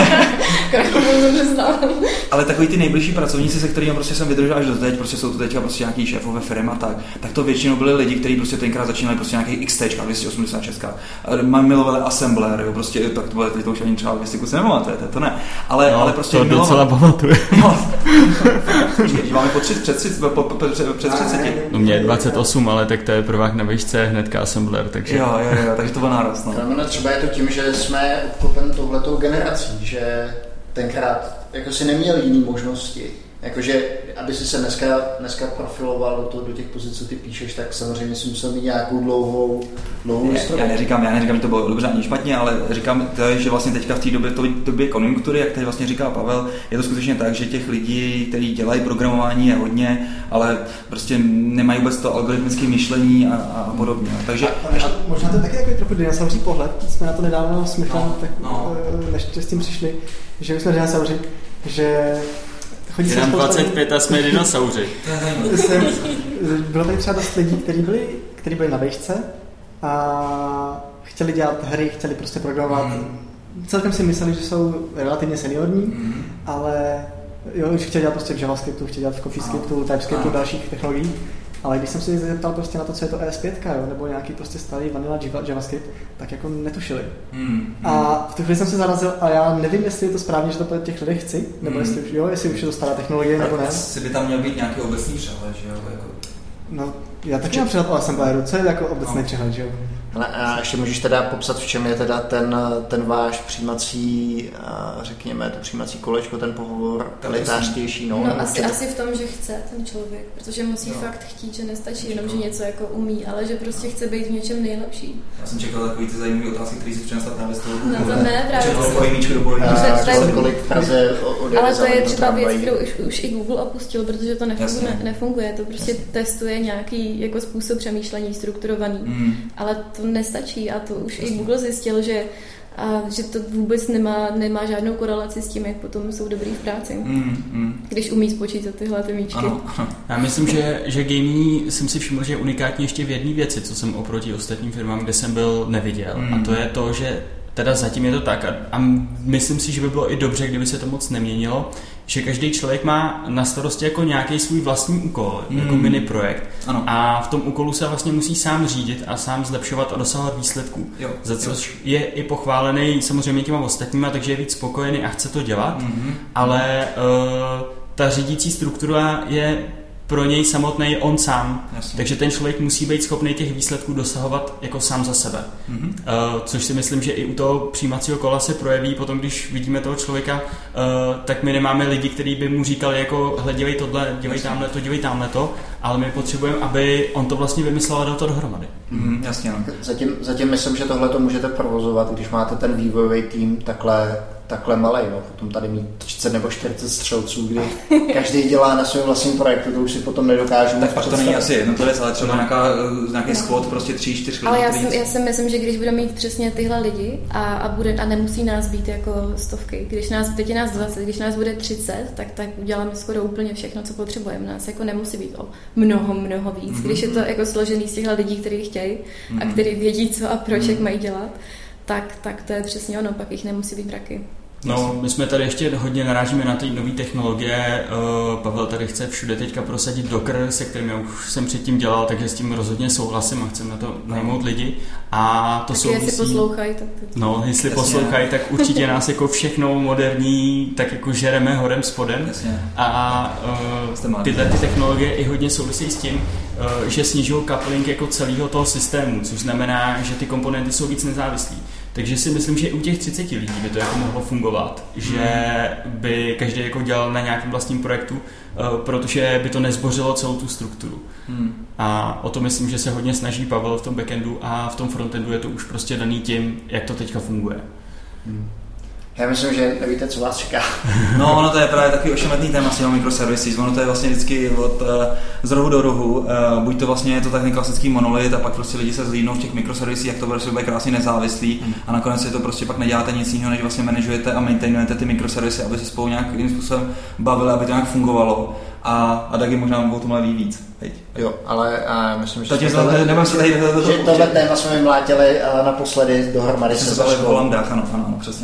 ale takový ty nejbližší pracovníci, se kterými prostě jsem vydržel až do teď, prostě jsou to teďka prostě nějaký šéfové firmy a tak, tak to většinou byli lidi, kteří prostě tenkrát začínali prostě nějaký X T dvě stě osmdesát šest. Milovali Assembler, jo, prostě tak to bude, to už ani třeba věstiku se nepamatujete, to ne. Ale, no, ale prostě to docela pamatuje. No, máme po třicet, před třicet, po, po, před, před třiceti. No mě je dvacet osm, ale tak to je prvák na výšce, hnedka Assembler, takže... Jo, jo, jo, takže to byl nárost, no. No, třeba je to tím, že jsme obklopen touhletou generací, že tenkrát jako si neměl jiný možnosti. Jakože, aby si se dneska, dneska profiloval do, to, do těch pozic, co ty píšeš, tak samozřejmě si musel mít nějakou dlouhou, dlouhou historii. Já neříkám, já neříkám, že to bylo dobře ani špatně, ale říkám, to, že vlastně teďka v té době, to, době konjunktury, jak tady vlastně říká Pavel, je to skutečně tak, že těch lidí, kteří dělají programování, je hodně, ale prostě nemají vůbec to algoritmické myšlení a, a podobně. Takže, a, a, možná to je taky jako trochu dinosauří pohled, jsme na to nedávno smyšleli, no, tak no. než s tím přišli, že my jsme dinosauři, že chodí se dvacet pět a jsme dinosauři. Bylo tady třeba dost lidí, kteří byli, kteří byli na vejšce a chtěli dělat hry, chtěli prostě programovat. Mm. Celkem si mysleli, že jsou relativně seniorní, mm. ale jo, už chtěli dělat prostě v JavaScriptu, chtěli dělat v CoffeeScriptu, TypeScriptu, a dalších technologií. Ale když jsem se zeptal prostě na to, co je to E S pět, jo, nebo nějaký prostě starý vanilla JavaScript, tak jako netušili. Mm. A v tu chvíli jsem se zarazil a já nevím, jestli je to správně, že to po těch lidech chci, nebo mm. jestli, jo, jestli už je to stará technologie, nebo ne. Asi by tam měl být nějaký obecný přehled, že jo? Jako... No, já taky mám přehled o assembléru, co je jako obecný no. přehled, že jo? Ale a ještě můžeš teda popsat, v čem je teda ten, ten váš přijímací, řekněme, to přijímací kolečko, ten pohovor elitářtější, no? No asi, asi v tom, že chce ten člověk, protože musí no. fakt chtít, že nestačí jenom, že něco jako umí, ale že prostě chce být v něčem nejlepší. Já jsem čekal takový ty zajímavé otázky, které si přinesla právě z toho. No to ne, právě. Ale to je třeba věc, kterou už, už i Google opustil, protože to nefunguje, nefunguje. To prostě Jasně. testuje nějaký jako způsob přemýšlení strukturovaný, mm. ale to nestačí a to už Jasně. i Google zjistil, že a že to vůbec nemá, nemá žádnou korelaci s tím, jak potom jsou dobrý v práci. Mm, mm. Když umí spočítat tyhle ty míčky. Ano. Já myslím, že, že gaming jsem si všiml, že je unikátní ještě v jedné věci, co jsem oproti ostatním firmám, kde jsem byl, neviděl. Mm. A to je to, že teda zatím je to tak a, a myslím si, že by bylo i dobře, kdyby se to moc neměnilo, že každý člověk má na starosti jako nějaký svůj vlastní úkol, mm. jako mini projekt. Ano. A v tom úkolu se vlastně musí sám řídit a sám zlepšovat a dosahovat výsledků. Jo. Za což je i pochválený samozřejmě těma ostatníma, takže je víc spokojený a chce to dělat, mm. ale uh, ta řídící struktura je pro něj samotný on sám. Jasně. Takže ten člověk musí být schopný těch výsledků dosahovat jako sám za sebe. Mm-hmm. Uh, což si myslím, že i u toho přijímacího kola se projeví potom, když vidíme toho člověka, uh, tak my nemáme lidi, kteří by mu říkali jako hle, dělej tohle, dělej tamhle to, dělej tamhle to, ale my potřebujeme, aby on to vlastně vymyslel a dal to dohromady. Mm, jasně. No. Zatím, zatím myslím, že tohle to můžete provozovat, když máte ten vývojový tým takhle takhle malej, no. Potom tady mít třicet nebo čtyřicet střelců, kdy každý dělá na svém vlastním projektu, to už si potom nedokážu. Tak pak to není asi jednotlivec, ale třeba nějaká, nějaký squad, prostě tři, čtyři lidí. Ale já si, já si myslím, že když budeme mít přesně tyhle lidi a, a, bude, a nemusí nás být jako stovky, když nás, teď je nás dvacet, když nás bude třicet, tak, tak uděláme skoro úplně všechno, co potřebujeme. Nás jako nemusí být o mnoho, mnoho víc. Mm-hmm. Když je to jako složený z těchto lidí, kteří chtějí mm-hmm. a kteří vědí, co a proč, mm-hmm. jak mají dělat, tak, tak to je přesně ono, pak jich nemusí být mraky. No, my jsme tady ještě hodně narážíme na ty nové technologie. Pavel tady chce všude teďka prosadit Docker, se kterým já už jsem předtím dělal, takže s tím rozhodně souhlasím a chcem na to najmout lidi. A to tak souvisí... jestli poslouchají, tak... No, jestli Jasně. poslouchají, tak určitě nás jako všechno moderní, tak jako žereme horem spodem. Jasně. A uh, tyhle ty technologie i hodně souvisí s tím, uh, že snižují coupling jako celého toho systému, což znamená, že ty komponenty jsou víc nezávislí. Takže si myslím, že u těch třiceti lidí by to jako mohlo fungovat, že by každý jako dělal na nějakém vlastním projektu, protože by to nezbořilo celou tu strukturu. Hmm. A o to myslím, že se hodně snaží Pavel v tom backendu a v tom frontendu je to už prostě daný tím, jak to teďka funguje. Hmm. Já myslím, že nevíte, co vás čeká. No, ono to je právě takový ošemetný téma s těma microservices. Ono to je vlastně vždycky od uh, z rohu do rohu. Uh, buď to vlastně je to tak klasický monolit a pak prostě lidi se zlídnou v těch microservisích, jak to prostě bude krásně nezávislý hmm. a nakonec je to prostě pak neděláte nic jiného, než vlastně manažujete a maintainujete ty microservisy, aby se spolu nějakým způsobem bavili, aby to nějak fungovalo. A, a Dagi možná o tomhle ví víc. Hej. Jo, ale a myslím, že, že tohle téma jsme mi mlátili naposledy dohromady se se v Holandách, ano, ano, ano, přesně.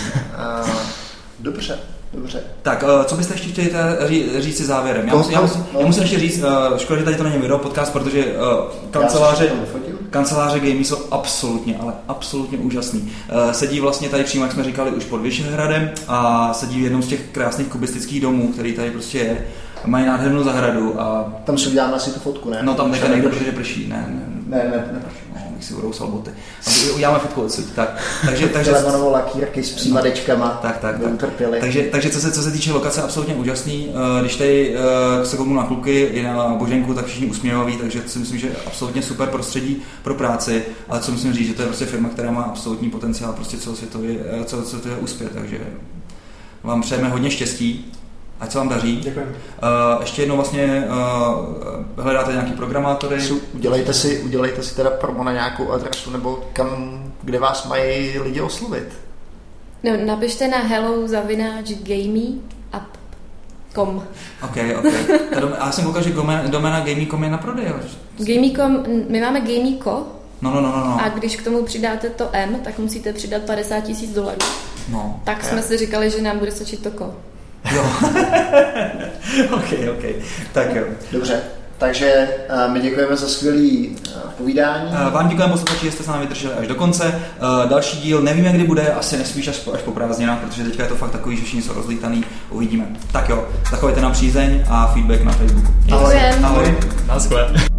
uh, dobře, dobře. Tak, uh, co byste ještě chtěli říct si závěrem? Já musím, já, musím, já musím ještě říct, uh, škoda, že tady to není video podcast, protože uh, kanceláře, kanceláře gamey jsou absolutně, ale absolutně úžasný. Uh, sedí vlastně tady přímo, jak jsme říkali, už pod Vyšehradem a sedí v jednom z těch krásných kubistických domů, který tady prostě je. Mají nádhernou zahradu a... Tam si uděláme asi tu fotku, ne? No tam teďka nejde, protože prší, ne, ne, ne, ne, neprší. abych si urousal boty. A uděláme fotku odsud. Tak, takže, takže, Telefonovou lakírky s přímadečkama. No, tak, tak, tak. Takže, takže co se, co se týče lokace, absolutně úžasný. Když tady se komu na kluky i na Boženku, tak všichni usměvaví, takže si myslím, že absolutně super prostředí pro práci, ale co musím říct, že to je prostě firma, která má absolutní potenciál prostě celosvětově, celosvětově uspět, takže vám přejeme hodně štěstí, ať se vám daří. Děkujeme. Uh, ještě jednou vlastně uh, hledáte nějaký programátory. Udělejte si, udělejte si teda promo na nějakou adresu, nebo kam, kde vás mají lidi oslovit. No, napište na hello zavináč gamey app tečka com. Ok, ok. A já jsem koukal, že doména gamey tečka com je na prodej. gamey tečka com, my máme gamey.co. No, no, no, no. A když k tomu přidáte to M, tak musíte přidat padesát tisíc dolarů. No. Tak okay. Jsme si říkali, že nám bude stačit to ko. Jo. ok, ok. Tak jo. Dobře. Takže uh, my děkujeme za skvělý uh, povídání. Uh, vám děkujeme posluchači, že jste s námi vydrželi až do konce. Uh, další díl nevíme, kdy bude, asi nesmíš až po, až po prázdninách, protože teďka je to fakt takový, že všichni jsou rozlítaný. Uvidíme. Tak jo, zachovejte nám přízeň a feedback na Facebooku. Ahoj. Ahoj. Naschle.